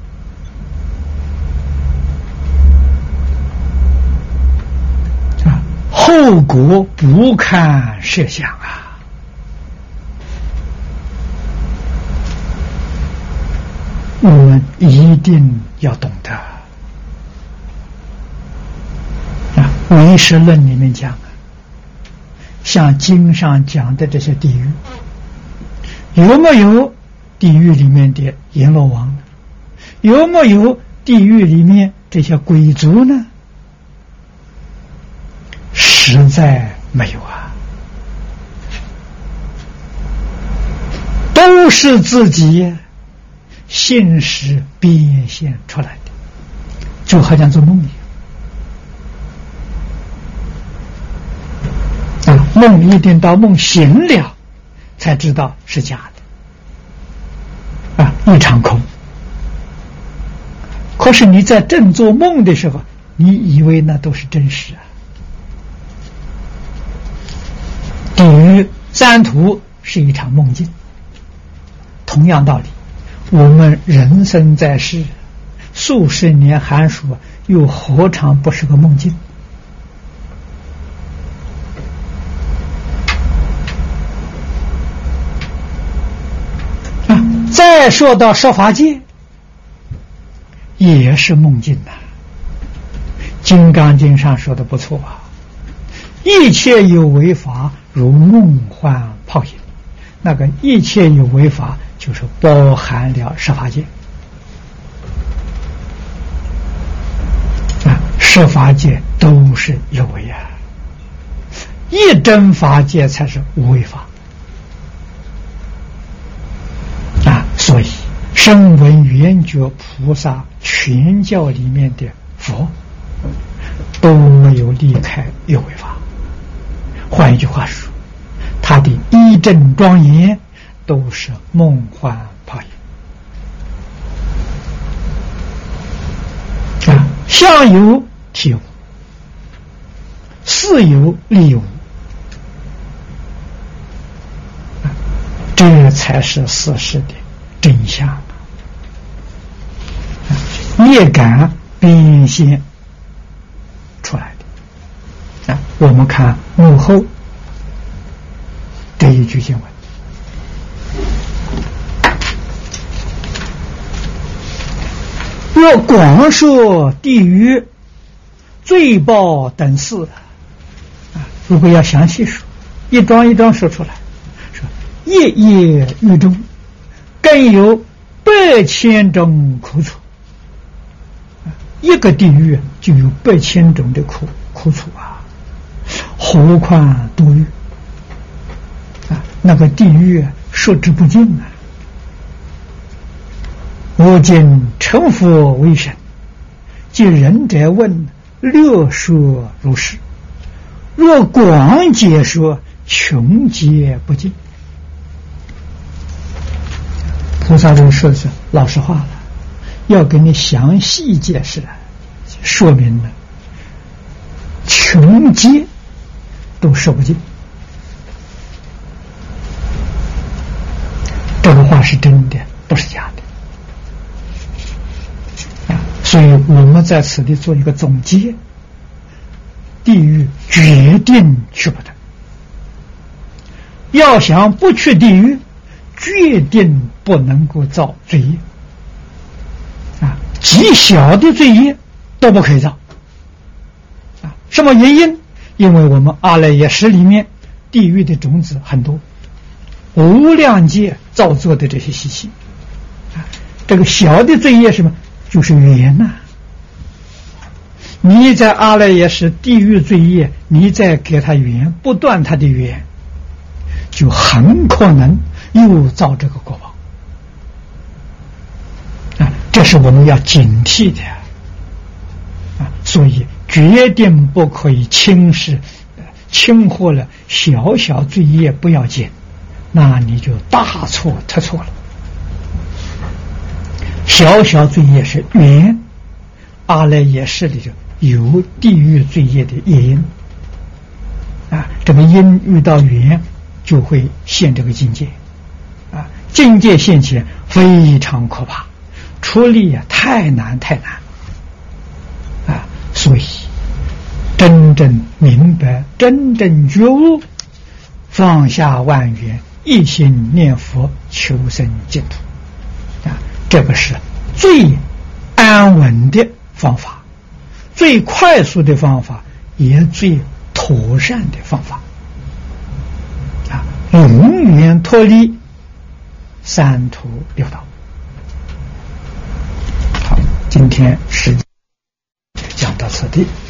啊，后果不堪设想啊！我们一定要懂得啊，《唯识论》里面讲啊，像经上讲的这些地狱。有没有地狱里面的阎罗王呢？有没有地狱里面这些鬼族呢？实在没有啊，都是自己现实变现出来的，就好像做梦一样啊，梦一定到梦醒了才知道是假的啊，一场空。可是你在正做梦的时候，你以为那都是真实啊。地狱三途是一场梦境，同样道理，我们人生在世数十年寒暑，又何尝不是个梦境？再说到设法界，也是梦境呐、啊。金刚经上说的不错啊，一切有为法如梦幻泡影。那个一切有为法就是包含了设法界啊，设法界都是有为啊，一真法界才是无为法。所以声闻缘觉菩萨全教里面的佛都没有离开有为法。换一句话说，他的一正庄严都是梦幻泡影啊，相有体无，事有力无，这才是事实的真相，业感变现出来的啊！我们看幕后这一句经文：若广说地狱罪报等事啊，如果要详细说，一桩一桩说出来，说夜夜狱中，更有百千种苦楚。一个地狱就有百千种的苦苦楚啊，何况多狱啊？那个地狱数之不尽啊！我今成佛为神，即仁者问，略说如是。若广解说，穷解不尽。菩萨就说是老实话了，要给你详细解释了，说明了，穷解都说不尽。这个话是真的，不是假的。所以我们在此地做一个总结：地狱决定去不得。要想不去地狱，决定不能够造罪业啊，极小的罪业都不可以造啊。什么原因？因为我们阿赖耶识里面地狱的种子很多，无量界造作的这些习气啊。这个小的罪业什么？就是缘呐、啊。你在阿赖耶识地狱罪业，你再给他缘，不断他的缘，就很可能又造这个果报啊！这是我们要警惕的啊！所以决定不可以轻视、轻忽了小小罪业不要紧，那你就大错特错了。小小罪业是缘，阿赖耶识里头有地狱罪业的业因啊，这个因遇到缘就会现这个境界啊，境界现前非常可怕，出力啊太难太难啊！所以真正明白，真正觉悟，放下万缘，一心念佛，求生净土啊！这个是最安稳的方法，最快速的方法，也最妥善的方法啊！永远脱离三途六道。好，今天时间讲到此地。